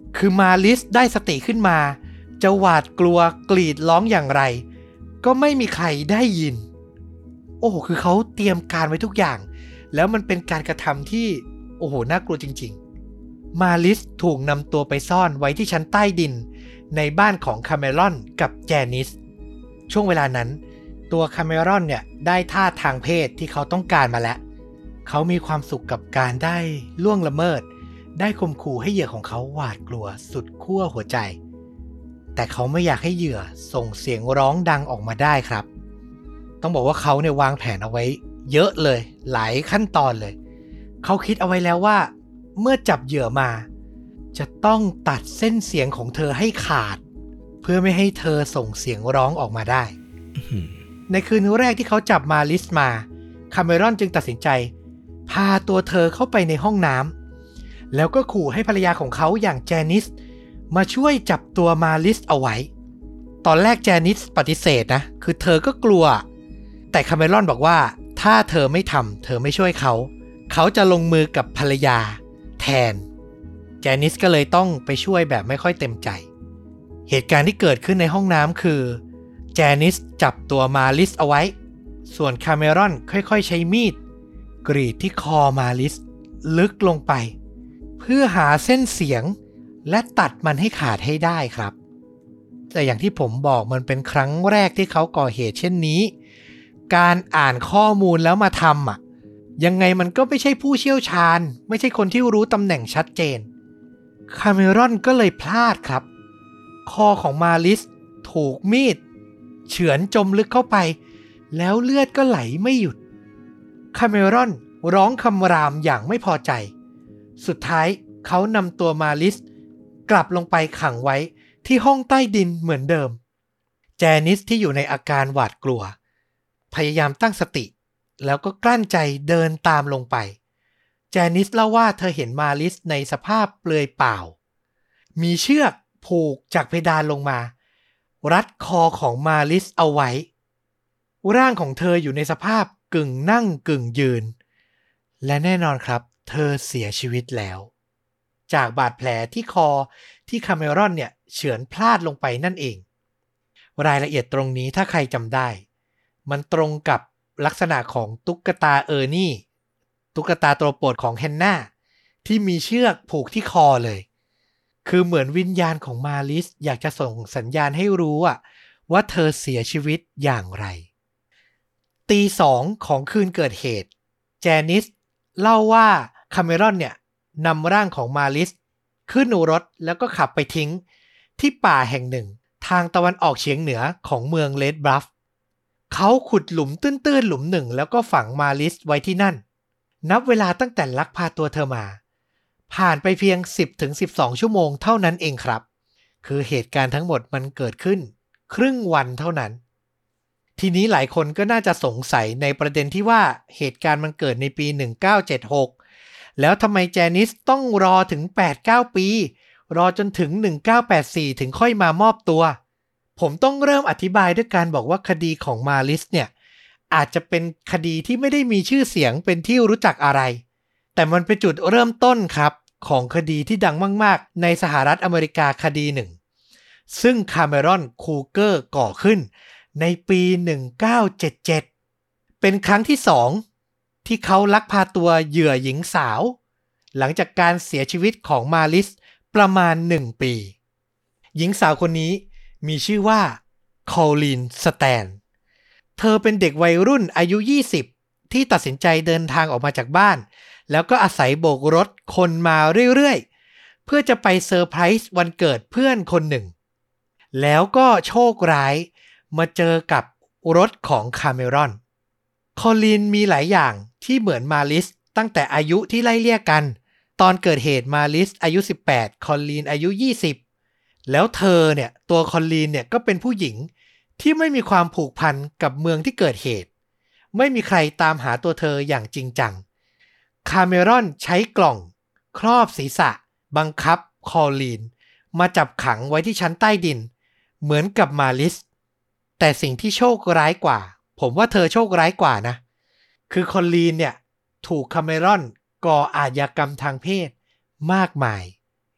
คือมาลิสได้สติขึ้นมาจะหวาดกลัวกรีดร้องอย่างไรก็ไม่มีใครได้ยินโอ้โหคือเขาเตรียมการไว้ทุกอย่างแล้วมันเป็นการกระทำที่โอ้โหน่ากลัวจริงๆมาลิสถูกนำตัวไปซ่อนไว้ที่ชั้นใต้ดินในบ้านของคาเมรอนกับแจนิสช่วงเวลานั้นตัวคาเมรอนเนี่ยได้ท่าทางเพศที่เขาต้องการมาแล้วเขามีความสุขกับการได้ล่วงละเมิดได้ข่มขู่ให้เหยื่อของเขาหวาดกลัวสุดขั้วหัวใจแต่เขาไม่อยากให้เหยื่อส่งเสียงร้องดังออกมาได้ครับต้องบอกว่าเขาเนี่ยวางแผนเอาไว้เยอะเลยหลายขั้นตอนเลยเขาคิดเอาไว้แล้วว่าเมื่อจับเหยื่อมาจะต้องตัดเส้นเสียงของเธอให้ขาดเพื่อไม่ให้เธอส่งเสียงร้องออกมาได้ ในคืนแรกที่เขาจับมาลิสมาคาเมรอนจึงตัดสินใจพาตัวเธอเข้าไปในห้องน้ำแล้วก็ขู่ให้ภรรยาของเขาอย่างแจนิสมาช่วยจับตัวมาลิสเอาไว้ตอนแรกแจนิสปฏิเสธนะคือเธอก็กลัวแต่คาเมรอนบอกว่าถ้าเธอไม่ทำเธอไม่ช่วยเขาเขาจะลงมือกับภรรยาแทนแจนิสก็เลยต้องไปช่วยแบบไม่ค่อยเต็มใจเหตุการณ์ที่เกิดขึ้นในห้องน้ำคือแจนิสจับตัวมาลิสเอาไว้ส่วนคาเมรอนค่อยๆใช้มีดกรีดที่คอมาลิสลึกลงไปเพื่อหาเส้นเสียงและตัดมันให้ขาดให้ได้ครับแต่อย่างที่ผมบอกมันเป็นครั้งแรกที่เขาก่อเหตุเช่นนี้การอ่านข้อมูลแล้วมาทำอ่ะยังไงมันก็ไม่ใช่ผู้เชี่ยวชาญไม่ใช่คนที่รู้ตำแหน่งชัดเจนคาเมรอนก็เลยพลาดครับคอของมาลิสถูกมีดเฉือนจมลึกเข้าไปแล้วเลือดก็ไหลไม่หยุดคาเมรอนร้องคำรามอย่างไม่พอใจสุดท้ายเขานำตัวมาลิสกลับลงไปขังไว้ที่ห้องใต้ดินเหมือนเดิมแจนิสที่อยู่ในอาการหวาดกลัวพยายามตั้งสติแล้วก็กลั้นใจเดินตามลงไปแจนิสเล่าว่าเธอเห็นมาลิสในสภาพเปลือยเปล่ามีเชือกผูกจากเพดานลงมารัดคอของมาลิสเอาไว้ร่างของเธออยู่ในสภาพกึ่งนั่งกึ่งยืนและแน่นอนครับเธอเสียชีวิตแล้วจากบาดแผลที่คอที่คาเมรอนเนี่ยเฉือนพลาดลงไปนั่นเองรายละเอียดตรงนี้ถ้าใครจำได้มันตรงกับลักษณะของตุ๊กตาเออร์นี่ตุ๊กตาตัวโปรดของแฮนนาที่มีเชือกผูกที่คอเลยคือเหมือนวิญญาณของมาลิสอยากจะส่งสัญญาณให้รู้อะว่าเธอเสียชีวิตอย่างไรตีสองของคืนเกิดเหตุแจนิสเล่าว่าคาเมรอนเนี่ยนำร่างของมาลิสขึ้นรถแล้วก็ขับไปทิ้งที่ป่าแห่งหนึ่งทางตะวันออกเฉียงเหนือของเมืองเลดบลัฟเขาขุดหลุมตื้นๆหลุมหนึ่งแล้วก็ฝังมาลิสไว้ที่นั่นนับเวลาตั้งแต่ลักพาตัวเธอมาผ่านไปเพียง สิบถึงสิบสอง ชั่วโมงเท่านั้นเองครับคือเหตุการณ์ทั้งหมดมันเกิดขึ้นครึ่งวันเท่านั้นทีนี้หลายคนก็น่าจะสงสัยในประเด็นที่ว่าเหตุการณ์มันเกิดในปีหนึ่งเก้าเจ็ดหกแล้วทำไมแจนิสต้องรอถึง แปดเก้า ปีรอจนถึงหนึ่งเก้าแปดสี่ถึงค่อยมามอบตัวผมต้องเริ่มอธิบายด้วยการบอกว่าคดีของมาลิสเนี่ยอาจจะเป็นคดีที่ไม่ได้มีชื่อเสียงเป็นที่รู้จักอะไรแต่มันเป็นจุดเริ่มต้นครับของคดีที่ดังมากๆในสหรัฐอเมริกาคดีหนึ่งซึ่งคาเมรอนคูเกอร์ก่อขึ้นในปีหนึ่งเก้าเจ็ดเจ็ดเป็นครั้งที่สองที่เขาลักพาตัวเหยื่อหญิงสาวหลังจากการเสียชีวิตของมาลิสประมาณหนึ่งปีหญิงสาวคนนี้มีชื่อว่าคอลลีนสแตนเธอเป็นเด็กวัยรุ่นอายุยี่สิบที่ตัดสินใจเดินทางออกมาจากบ้านแล้วก็อาศัยโบกรถคนมาเรื่อยๆเพื่อจะไปเซอร์ไพรส์วันเกิดเพื่อนคนหนึ่งแล้วก็โชคร้ายมาเจอกับรถของคาเมรอนคอลลีนมีหลายอย่างที่เหมือนมาลิสตั้งแต่อายุที่ไล่เลี่ยกันตอนเกิดเหตุมาลิสอายุสิบแปดคอลลีนอายุยี่สิบแล้วเธอเนี่ยตัวคอลลีนเนี่ยก็เป็นผู้หญิงที่ไม่มีความผูกพันกับเมืองที่เกิดเหตุไม่มีใครตามหาตัวเธออย่างจริงจังคาเมรอนใช้กล่องครอบศีรษะบังคับคอลลีนมาจับขังไว้ที่ชั้นใต้ดินเหมือนกับมาลิสแต่สิ่งที่โชคร้ายกว่าผมว่าเธอโชคร้ายกว่านะคือคอลลีนเนี่ยถูกคาเมรอนก่ออาชญากรรมทางเพศมากมาย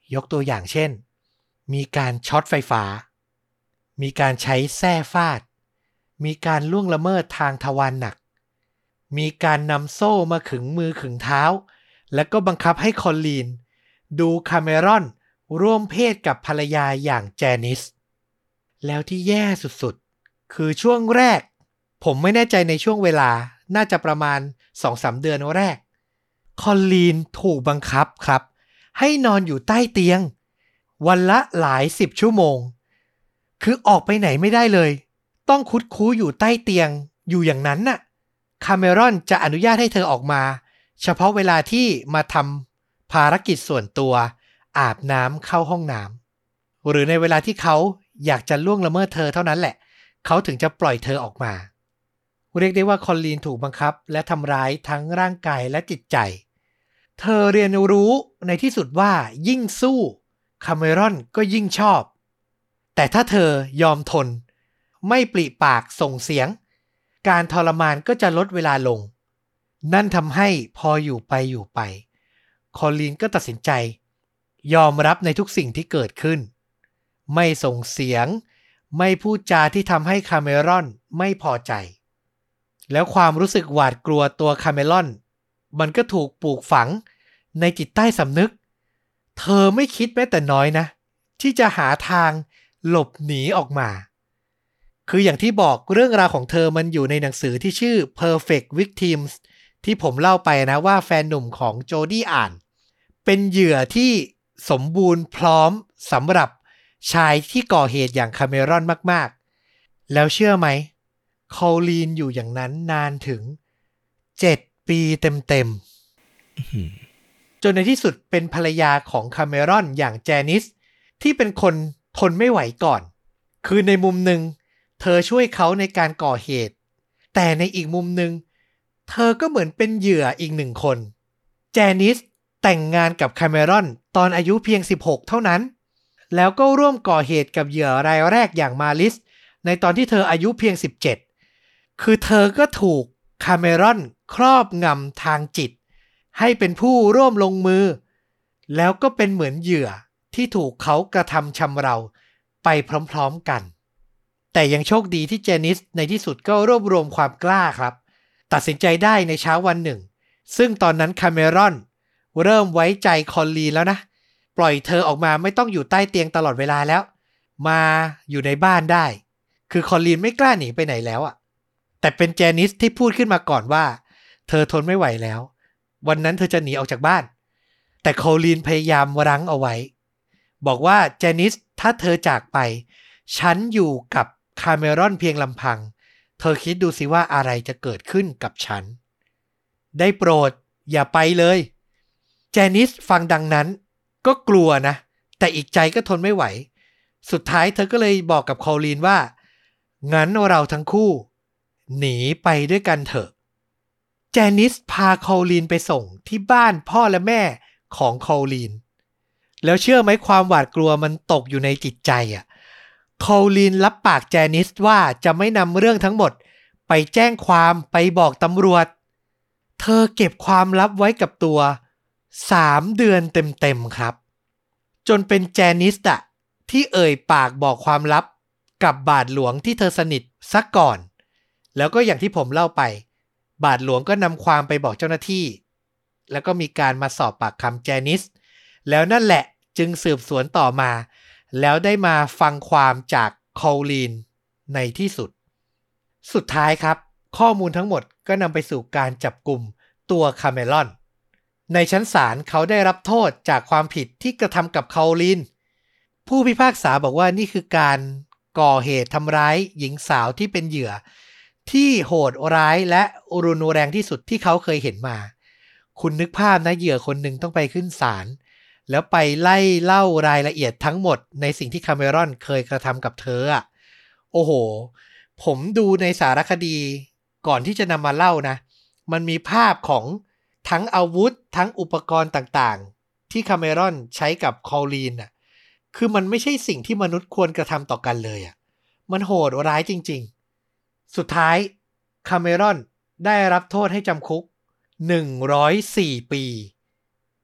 ยกตัวอย่างเช่นมีการช็อตไฟฟ้ามีการใช้แส้ฟาดมีการล่วงละเมิดทางทวารหนักมีการนำโซ่มาขึงมือขึงเท้าแล้วก็บังคับให้คอลลีนดูคาเมรอนร่วมเพศกับภรรยาอย่างแจนิสแล้วที่แย่สุดๆคือช่วงแรกผมไม่แน่ใจในช่วงเวลาน่าจะประมาณ สองถึงสาม เดือนแรกคอลลีนถูกบังคับครับให้นอนอยู่ใต้เตียงวันละหลายสิบชั่วโมงคือออกไปไหนไม่ได้เลยต้องคุดคู้อยู่ใต้เตียงอยู่อย่างนั้นน่ะคาเมรอนจะอนุญาตให้เธอออกมาเฉพาะเวลาที่มาทำภารกิจส่วนตัวอาบน้ำเข้าห้องน้ำหรือในเวลาที่เขาอยากจะล่วงละเมิดเธอเท่านั้นแหละเขาถึงจะปล่อยเธอออกมาเรียกได้ว่าคอลลีนถูกบังคับและทำร้ายทั้งร่างกายและจิตใจเธอเรียนรู้ในที่สุดว่ายิ่งสู้คาเมรอนก็ยิ่งชอบแต่ถ้าเธอยอมทนไม่ปริปากส่งเสียงการทรมานก็จะลดเวลาลงนั่นทำให้พออยู่ไปอยู่ไปคอลลีนก็ตัดสินใจยอมรับในทุกสิ่งที่เกิดขึ้นไม่ส่งเสียงไม่พูดจาที่ทำให้คาเมรอนไม่พอใจแล้วความรู้สึกหวาดกลัวตัวคาเมรอนมันก็ถูกปลูกฝังในจิตใต้สำนึกเธอไม่คิดแม้แต่น้อยนะที่จะหาทางหลบหนีออกมาคืออย่างที่บอกเรื่องราวของเธอมันอยู่ในหนังสือที่ชื่อ Perfect Victims ที่ผมเล่าไปนะว่าแฟนหนุ่มของโจดี้อ่านเป็นเหยื่อที่สมบูรณ์พร้อมสำหรับชายที่ก่อเหตุอย่างคาเมรอนมากๆแล้วเชื่อไหมคอลลีนอยู่อย่างนั้นนานถึงเจ็ดปีเต็มๆจนในที่สุดเป็นภรรยาของคาเมรอนอย่างแจนิสที่เป็นคนทนไม่ไหวก่อนคือในมุมหนึ่งเธอช่วยเขาในการก่อเหตุแต่ในอีกมุมหนึ่งเธอก็เหมือนเป็นเหยื่ออีกหนึ่งคนแจนิสแต่งงานกับคาเมรอนตอนอายุเพียงสิบหกเท่านั้นแล้วก็ร่วมก่อเหตุกับเหยื่อรายแรกอย่างมาลิสในตอนที่เธออายุเพียงสิบเจ็ดคือเธอก็ถูกคาเมรอนครอบงำทางจิตให้เป็นผู้ร่วมลงมือแล้วก็เป็นเหมือนเหยื่อที่ถูกเขากระทำชำเราไปพร้อมๆกันแต่ยังโชคดีที่เจนิสในที่สุดก็รวบรวมความกล้าครับตัดสินใจได้ในเช้าวันหนึ่งซึ่งตอนนั้นคาเมรอนเริ่มไว้ใจคอลลีนแล้วนะปล่อยเธอออกมาไม่ต้องอยู่ใต้เตียงตลอดเวลาแล้วมาอยู่ในบ้านได้คือคอลลีนไม่กล้าหนีไปไหนแล้วอ่ะแต่เป็นเจนิสที่พูดขึ้นมาก่อนว่าเธอทนไม่ไหวแล้ววันนั้นเธอจะหนีออกจากบ้านแต่คอลลีนพยายามรั้งเอาไว้บอกว่าเจนิสถ้าเธอจากไปฉันอยู่กับคาเมรอนเพียงลำพังเธอคิดดูสิว่าอะไรจะเกิดขึ้นกับฉันได้โปรดอย่าไปเลยเจนิสฟังดังนั้นก็กลัวนะแต่อีกใจก็ทนไม่ไหวสุดท้ายเธอก็เลยบอกกับคอลลีนว่างั้นเราทั้งคู่หนีไปด้วยกันเถอะเจนิสพาคอลลีนไปส่งที่บ้านพ่อและแม่ของคอลลีนแล้วเชื่อไหมความหวาดกลัวมันตกอยู่ในจิตใจอ่ะคอลลีนรับปากเจนิสว่าจะไม่นำเรื่องทั้งหมดไปแจ้งความไปบอกตำรวจเธอเก็บความลับไว้กับตัวสามเดือนเต็มๆครับจนเป็นเจนิสอะที่เอ่ยปากบอกความลับกับบาทหลวงที่เธอสนิทซะก่อนแล้วก็อย่างที่ผมเล่าไปบาทหลวงก็นำความไปบอกเจ้าหน้าที่แล้วก็มีการมาสอบปากคำเจนิสแล้วนั่นแหละจึงสืบสวนต่อมาแล้วได้มาฟังความจากคอลลีนในที่สุดสุดท้ายครับข้อมูลทั้งหมดก็นำไปสู่การจับกุมตัวคาเมรอนในชั้นศาลเขาได้รับโทษจากความผิดที่กระทำกับคอลลีนผู้พิพากษาบอกว่านี่คือการก่อเหตุทำร้ายหญิงสาวที่เป็นเหยื่อที่โหดร้ายและรุนแรงที่สุดที่เขาเคยเห็นมาคุณนึกภาพนะเหยื่อคนหนึ่งต้องไปขึ้นศาลแล้วไปไล่เล่ารายละเอียดทั้งหมดในสิ่งที่คาเมรอนเคยกระทำกับเธออ่ะโอ้โหผมดูในสารคดีก่อนที่จะนำมาเล่านะมันมีภาพของทั้งอาวุธทั้งอุปกรณ์ต่างๆที่คาเมรอนใช้กับคอลลีนอ่ะคือมันไม่ใช่สิ่งที่มนุษย์ควรกระทำต่อกันเลยอ่ะมันโหดร้ายจริงๆสุดท้ายคาเมรอนได้รับโทษให้จำคุกหนึ่งร้อยสี่ปี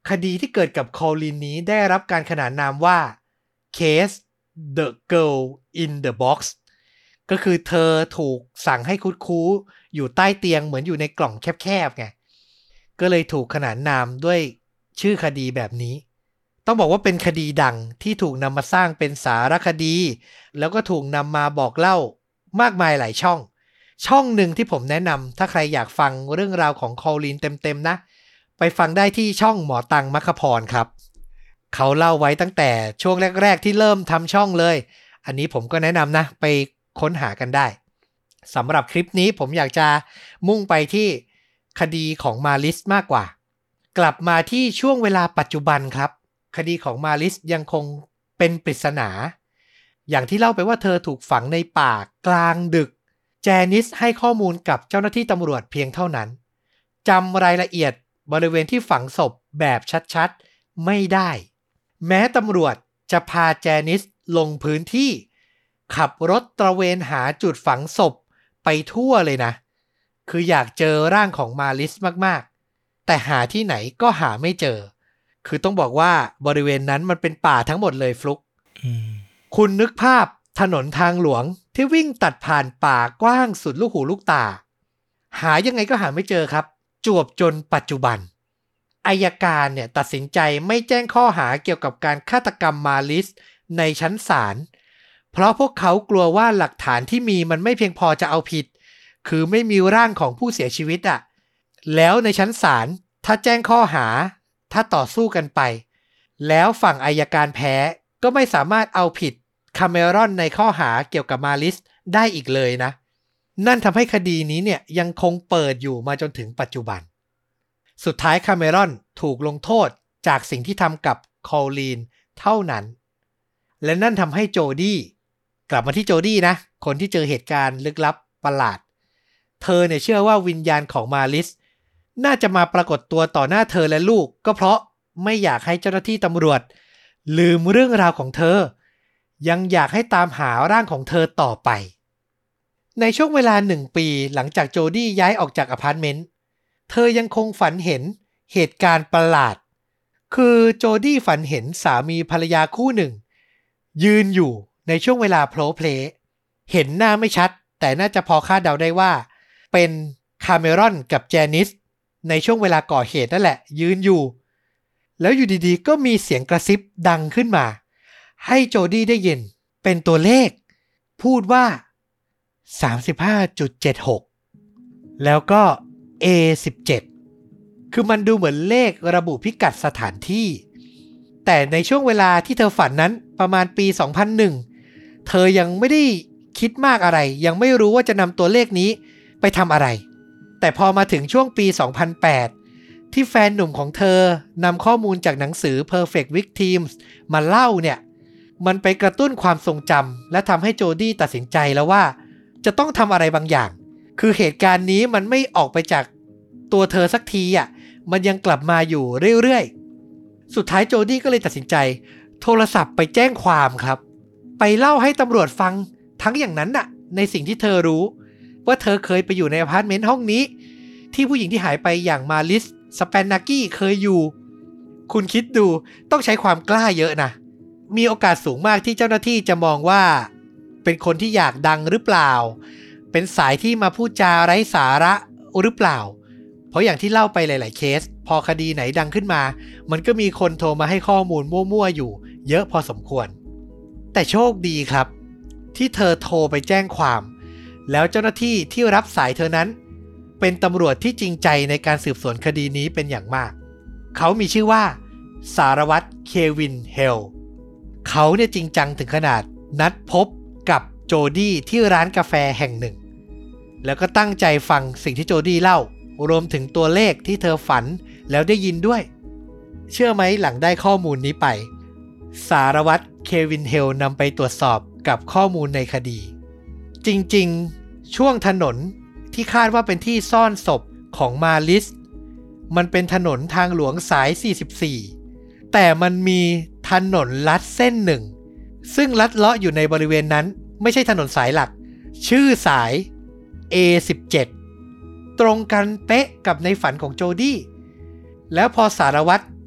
คดีที่เกิดกับคอลินนี้ได้รับการขนานนามว่าเคส The Girl in the Box ก็คือเธอถูกสั่งให้คุดคู้อยู่ใต้เตียงเหมือนอยู่ในกล่องแคบๆไงก็เลยถูกขนานนามด้วยชื่อคดีแบบนี้ต้องบอกว่าเป็นคดีดังที่ถูกนำมาสร้างเป็นสารคดีแล้วก็ถูกนำมาบอกเล่ามากมายหลายช่องช่องหนึ่งที่ผมแนะนำถ้าใครอยากฟังเรื่องราวของคอลินเต็มๆนะไปฟังได้ที่ช่องหมอตังมัคคพรครับเขาเล่าไว้ตั้งแต่ช่วงแรกๆที่เริ่มทำช่องเลยอันนี้ผมก็แนะนำนะไปค้นหากันได้สำหรับคลิปนี้ผมอยากจะมุ่งไปที่คดีของมาลิสมากกว่ากลับมาที่ช่วงเวลาปัจจุบันครับคดีของมาลิสยังคงเป็นปริศนาอย่างที่เล่าไปว่าเธอถูกฝังในป่ากลางดึกแจนิสให้ข้อมูลกับเจ้าหน้าที่ตำรวจเพียงเท่านั้นจำรายละเอียดบริเวณที่ฝังศพแบบชัดๆไม่ได้แม้ตำรวจจะพาแจนิสลงพื้นที่ขับรถตระเวนหาจุดฝังศพไปทั่วเลยนะคืออยากเจอร่างของมาลิสมากๆแต่หาที่ไหนก็หาไม่เจอคือต้องบอกว่าบริเวณนั้นมันเป็นป่าทั้งหมดเลยฟลุกคุณนึกภาพถนนทางหลวงที่วิ่งตัดผ่านป่ากว้างสุดลูกหูลูกตาหายังไงก็หาไม่เจอครับจวบจนปัจจุบันอัยการเนี่ยตัดสินใจไม่แจ้งข้อหาเกี่ยวกับการฆาตกรรมมาลิสในชั้นศาลเพราะพวกเขากลัวว่าหลักฐานที่มีมันไม่เพียงพอจะเอาผิดคือไม่มีร่างของผู้เสียชีวิตอ่ะแล้วในชั้นศาลถ้าแจ้งข้อหาถ้าต่อสู้กันไปแล้วฝั่งอัยการแพ้ก็ไม่สามารถเอาผิดคาเมรอนในข้อหาเกี่ยวกับมาลิสได้อีกเลยนะนั่นทำให้คดีนี้เนี่ยยังคงเปิดอยู่มาจนถึงปัจจุบันสุดท้ายคาเมรอนถูกลงโทษจากสิ่งที่ทำกับคอลีนเท่านั้นและนั่นทำให้โจดี้กลับมาที่โจดี้นะคนที่เจอเหตุการณ์ลึกลับประหลาดเธอเนี่ยเชื่อว่าวิญญาณของมาลิสน่าจะมาปรากฏตัวต่อหน้าเธอและลูกก็เพราะไม่อยากให้เจ้าหน้าที่ตำรวจลืมเรื่องราวของเธอยังอยากให้ตามหาร่างของเธอต่อไปในช่วงเวลาหนึ่งปีหลังจากโจดี้ย้ายออกจากอพาร์ตเมนต์เธอยังคงฝันเห็นเหตุการณ์ประหลาดคือโจดี้ฝันเห็นสามีภรรยาคู่หนึ่งยืนอยู่ในช่วงเวลาโพลเพลย์เห็นหน้าไม่ชัดแต่น่าจะพอคาดเดาได้ว่าเป็นคาเมรอนกับแจนิสในช่วงเวลาก่อเหตุนั่นแหละยืนอยู่แล้วอยู่ดีๆก็มีเสียงกระซิบดังขึ้นมาให้โจดี้ได้ยินเป็นตัวเลขพูดว่า สามสิบห้าจุดเจ็ดหก แล้วก็ เอ สิบเจ็ด คือมันดูเหมือนเลขระบุพิกัดสถานที่แต่ในช่วงเวลาที่เธอฝันนั้นประมาณปี สองพันหนึ่ง เธอยังไม่ได้คิดมากอะไรยังไม่รู้ว่าจะนำตัวเลขนี้ไปทำอะไรแต่พอมาถึงช่วงปี สองพันแปด ที่แฟนหนุ่มของเธอนำข้อมูลจากหนังสือ Perfect Victims มาเล่าเนี่ยมันไปกระตุ้นความทรงจำและทำให้โจดี้ตัดสินใจแล้วว่าจะต้องทำอะไรบางอย่างคือเหตุการณ์นี้มันไม่ออกไปจากตัวเธอสักทีอ่ะมันยังกลับมาอยู่เรื่อยๆสุดท้ายโจดี้ก็เลยตัดสินใจโทรศัพท์ไปแจ้งความครับไปเล่าให้ตำรวจฟังทั้งอย่างนั้นน่ะในสิ่งที่เธอรู้ว่าเธอเคยไปอยู่ในอพาร์ตเมนต์ห้องนี้ที่ผู้หญิงที่หายไปอย่างมาลิสสแปนนากี้เคยอยู่คุณคิดดูต้องใช้ความกล้าเยอะนะมีโอกาสสูงมากที่เจ้าหน้าที่จะมองว่าเป็นคนที่อยากดังหรือเปล่าเป็นสายที่มาพูดจาไร้สาระหรือเปล่าเพราะอย่างที่เล่าไปหลายๆเคสพอคดีไหนดังขึ้นมามันก็มีคนโทรมาให้ข้อมูลมั่วๆอยู่เยอะพอสมควรแต่โชคดีครับที่เธอโทรไปแจ้งความแล้วเจ้าหน้าที่ที่รับสายเธอนั้นเป็นตำรวจที่จริงใจในการสืบสวนคดีนี้เป็นอย่างมากเขามีชื่อว่าสารวัตรเควินเฮลเขาเนี่ยจริงจังถึงขนาดนัดพบกับโจดี้ที่ร้านกาแฟแห่งหนึ่งแล้วก็ตั้งใจฟังสิ่งที่โจดี้เล่ารวมถึงตัวเลขที่เธอฝันแล้วได้ยินด้วยเชื่อไหมหลังได้ข้อมูลนี้ไปสารวัตรเควินเฮลนำไปตรวจสอบกับข้อมูลในคดีจริงๆช่วงถนนที่คาดว่าเป็นที่ซ่อนศพของมาลิสมันเป็นถนนทางหลวงสายสี่สิบสี่แต่มันมีถนนลัดเส้นหนึ่งซึ่งลัดเลาะอยู่ในบริเวณนั้นไม่ใช่ถนนสายหลักชื่อสาย เอ สิบเจ็ด ตรงกันเป๊ะกับในฝันของโจดี้แล้วพอสารวัตร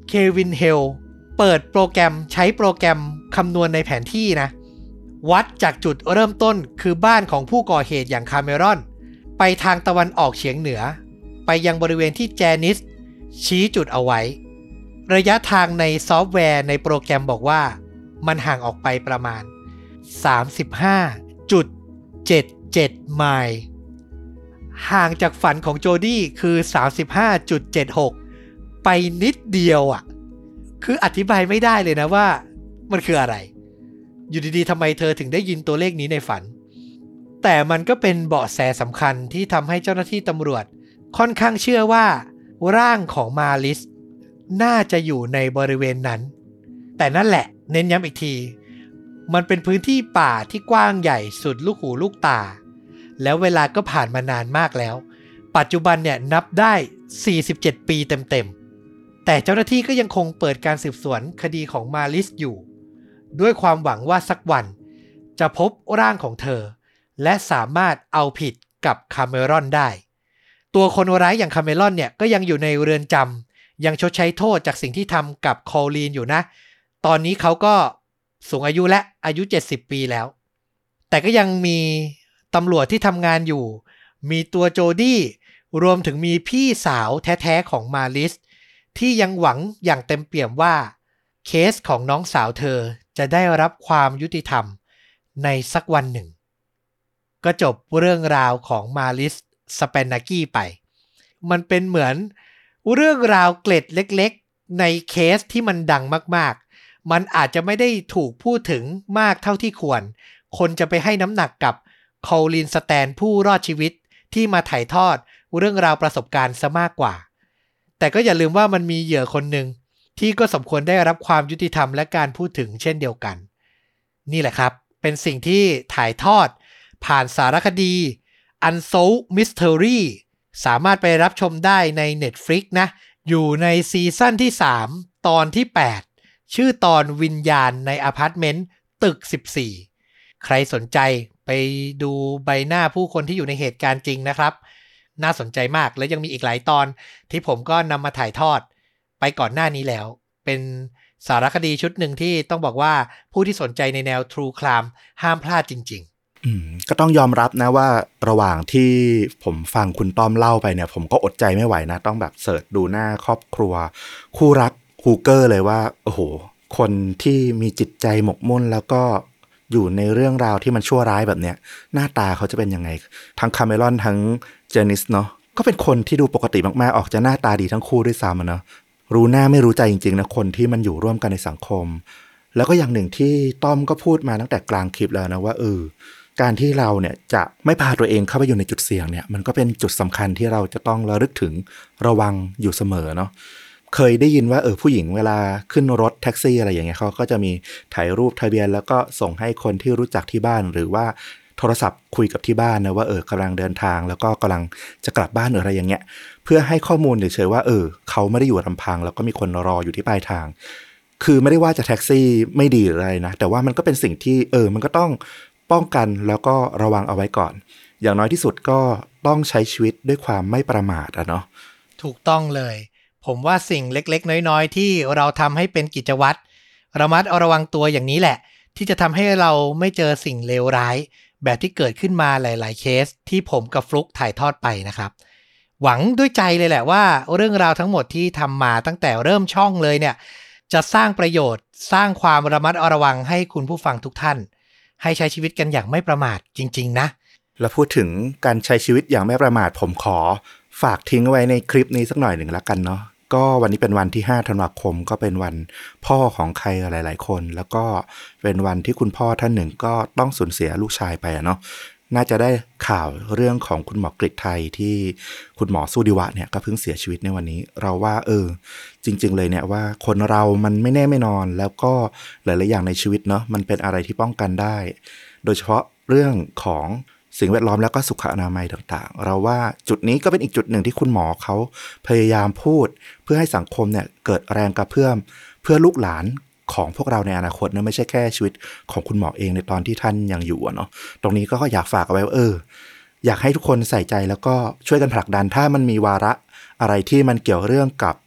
เควินเฮลเปิดโปรแกรมใช้โปรแกรมคำนวณในแผนที่นะวัดจากจุดเริ่มต้นคือบ้านของผู้ก่อเหตุอย่างคาเมรอนไปทางตะวันออกเฉียงเหนือไปยังบริเวณที่แจนิสชี้จุดเอาไว้ระยะทางในซอฟต์แวร์ในโปรแกรมบอกว่ามันห่างออกไปประมาณ สามสิบห้าจุดเจ็ดเจ็ด ไมล์ห่างจากฝันของโจดี้คือ สามสิบห้าจุดเจ็ดหก ไปนิดเดียวอ่ะคืออธิบายไม่ได้เลยนะว่ามันคืออะไรอยู่ดีๆทำไมเธอถึงได้ยินตัวเลขนี้ในฝันแต่มันก็เป็นเบาะแสสำคัญที่ทำให้เจ้าหน้าที่ตำรวจค่อนข้างเชื่อว่าร่างของมาลิสน่าจะอยู่ในบริเวณนั้นแต่นั่นแหละเน้นย้ำอีกทีมันเป็นพื้นที่ป่าที่กว้างใหญ่สุดลูกหูลูกตาแล้วเวลาก็ผ่านมานานมากแล้วปัจจุบันเนี่ยนับได้สี่สิบเจ็ดปีเต็มๆแต่เจ้าหน้าที่ก็ยังคงเปิดการสืบสวนคดีของมาลิสอยู่ด้วยความหวังว่าสักวันจะพบร่างของเธอและสามารถเอาผิดกับคาเมรอนได้ตัวคนร้ายอย่างคาเมรอนเนี่ยก็ยังอยู่ในเรือนจำยังชดใช้โทษจากสิ่งที่ทำกับคอลลีนอยู่นะตอนนี้เขาก็สูงอายุและอายุเจ็ดสิบปีแล้วแต่ก็ยังมีตำรวจที่ทำงานอยู่มีตัวโจดี้รวมถึงมีพี่สาวแท้ๆของมาลิสที่ยังหวังอย่างเต็มเปี่ยมว่าเคสของน้องสาวเธอจะได้รับความยุติธรรมในสักวันหนึ่งก็จบเรื่องราวของมาลิสสเปนนากี้ไปมันเป็นเหมือนเรื่องราวเกล็ดเล็กๆในเคสที่มันดังมากๆมันอาจจะไม่ได้ถูกพูดถึงมากเท่าที่ควรคนจะไปให้น้ำหนักกับคอลลินสแตนผู้รอดชีวิตที่มาถ่ายทอดเรื่องราวประสบการณ์ซะมากกว่าแต่ก็อย่าลืมว่ามันมีเหยื่อคนหนึ่งที่ก็สมควรได้รับความยุติธรรมและการพูดถึงเช่นเดียวกันนี่แหละครับเป็นสิ่งที่ถ่ายทอดผ่านสารคดี Unsolved Mystery สามารถไปรับชมได้ใน Netflix นะอยู่ในซีซั่นที่สามตอนที่แปดชื่อตอนวิญญาณในอพาร์ตเมนต์ตึกสิบสี่ใครสนใจไปดูใบหน้าผู้คนที่อยู่ในเหตุการณ์จริงนะครับน่าสนใจมากและยังมีอีกหลายตอนที่ผมก็นำมาถ่ายทอดไปก่อนหน้านี้แล้วเป็นสารคดีชุดหนึ่งที่ต้องบอกว่าผู้ที่สนใจในแนว True Crime ห้ามพลาดจริงๆอืมก็ต้องยอมรับนะว่าระหว่างที่ผมฟังคุณต้อมเล่าไปเนี่ยผมก็อดใจไม่ไหวนะต้องแบบเสิร์ชดูหน้าครอบครัวคู่รักฮูเกอร์เลยว่าโอ้โหคนที่มีจิตใจหมกมุ่นแล้วก็อยู่ในเรื่องราวที่มันชั่วร้ายแบบเนี้ยหน้าตาเขาจะเป็นยังไงทั้งคาเมรอนทั้งเจนิสเนาะก็เป็นคนที่ดูปกติมากๆออกจะหน้าตาดีทั้งคู่ด้วยซ้ำเนาะรู้หน้าไม่รู้ใจจริงๆนะคนที่มันอยู่ร่วมกันในสังคมแล้วก็อย่างหนึ่งที่ต้อมก็พูดมาตั้งแต่กลางคลิปแล้วนะว่าเออการที่เราเนี่ยจะไม่พาตัวเองเข้าไปอยู่ในจุดเสี่ยงเนี่ยมันก็เป็นจุดสำคัญที่เราจะต้องระลึกถึงระวังอยู่เสมอเนาะเคยได้ยินว่าเออผู้หญิงเวลาขึ้นรถแท็กซี่อะไรอย่างเงี้ยเขาก็จะมีถ่ายรูปทะเบียนแล้วก็ส่งให้คนที่รู้จักที่บ้านหรือว่าโทรศัพท์คุยกับที่บ้านนะว่าเออกำลังเดินทางแล้วก็กำลังจะกลับบ้านหรืออะไรอย่างเงี้ยเพื่อให้ข้อมูลเฉยๆว่าเออเขาไม่ได้อยู่ลำพังแล้วก็มีคนรออยู่ที่ปลายทางคือไม่ได้ว่าจะแท็กซี่ไม่ดีหรืออะไรนะแต่ว่ามันก็เป็นสิ่งที่เออมันก็ต้องป้องกันแล้วก็ระวังเอาไว้ก่อนอย่างน้อยที่สุดก็ต้องใช้ชีวิตด้วยความไม่ประมาทอะเนาะถูกต้องเลยผมว่าสิ่งเล็กๆน้อยๆที่เราทำให้เป็นกิจวัตรระมัดระวังตัวอย่างนี้แหละที่จะทำให้เราไม่เจอสิ่งเลวร้ายแบบที่เกิดขึ้นมาหลายๆเคสที่ผมกับฟลุกถ่ายทอดไปนะครับหวังด้วยใจเลยแหละว่าเรื่องราวทั้งหมดที่ทำมาตั้งแต่เริ่มช่องเลยเนี่ยจะสร้างประโยชน์สร้างความระมัดระวังให้คุณผู้ฟังทุกท่านให้ใช้ชีวิตกันอย่างไม่ประมาทจริงๆนะแล้วพูดถึงการใช้ชีวิตอย่างไม่ประมาทผมขอฝากทิ้งไว้ในคลิปนี้สักหน่อยหนึ่งแล้วกันเนาะก็วันนี้เป็นวันที่ห้าธันวาคมก็เป็นวันพ่อของใครหลายๆคนแล้วก็เป็นวันที่คุณพ่อท่านหนึ่งก็ต้องสูญเสียลูกชายไปเนาะน่าจะได้ข่าวเรื่องของคุณหมอกฤษไทยที่คุณหมอสู้ดิวะเนี่ยก็เพิ่งเสียชีวิตในวันนี้เราว่าเออจริงๆเลยเนี่ยว่าคนเรามันไม่แน่ไม่นอนแล้วก็หลายๆอย่างในชีวิตเนาะมันเป็นอะไรที่ป้องกันได้โดยเฉพาะเรื่องของสิ่งแวดล้อมแล้วก็สุขอนามัยต่างๆเราว่าจุดนี้ก็เป็นอีกจุดหนึ่งที่คุณหมอเขาพยายามพูดเพื่อให้สังคมเนี่ยเกิดแรงกระเพื่อมเพื่อลูกหลานของพวกเราในอนาคตนะไม่ใช่แค่ชีวิตของคุณหมอเองในตอนที่ท่านยังอยู่เนาะตรงนี้ก็อยากฝากเอาไว้ว่าเอออยากให้ทุกคนใส่ใจแล้วก็ช่วยกันผลักดันถ้ามันมีวาระอะไรที่มันเกี่ยวเรื่องกับ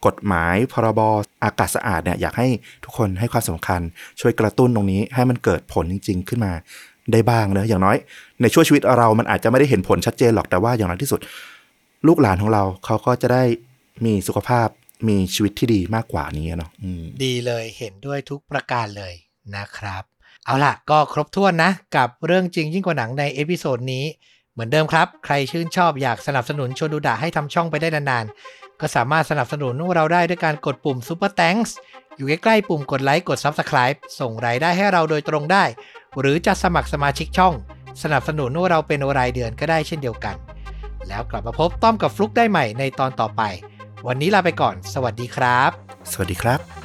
กฎหมายพรบอากาศสะอาดเนี่ยอยากให้ทุกคนให้ความสำคัญช่วยกระตุ้นตรงนี้ให้มันเกิดผลจริงๆขึ้นมาได้บ้างนะอย่างน้อยในช่วงชีวิตเรามันอาจจะไม่ได้เห็นผลชัดเจนหรอกแต่ว่าอย่างน้อยที่สุดลูกหลานของเราเขาก็จะได้มีสุขภาพมีชีวิตที่ดีมากกว่านี้เนาะดีเลยเห็นด้วยทุกประการเลยนะครับเอาล่ะก็ครบถ้วนนะกับเรื่องจริงยิ่งกว่าหนังในเอพิโซดนี้เหมือนเดิมครับใครชื่นชอบอยากสนับสนุนชวนดูดะให้ทำช่องไปได้นานๆก็สามารถสนับสนุนเราได้ด้วยการกดปุ่ม Super Thanks อยู่ใกล้ๆปุ่มกดไลค์กด Subscribe ส่งรายได้ให้เราโดยตรงได้หรือจะสมัครสมาชิกช่องสนับสนุนเราเป็นรายเดือนก็ได้เช่นเดียวกันแล้วกลับมาพบต้อมกับฟลุกได้ใหม่ในตอนต่อไปวันนี้ลาไปก่อนสวัสดีครับสวัสดีครับ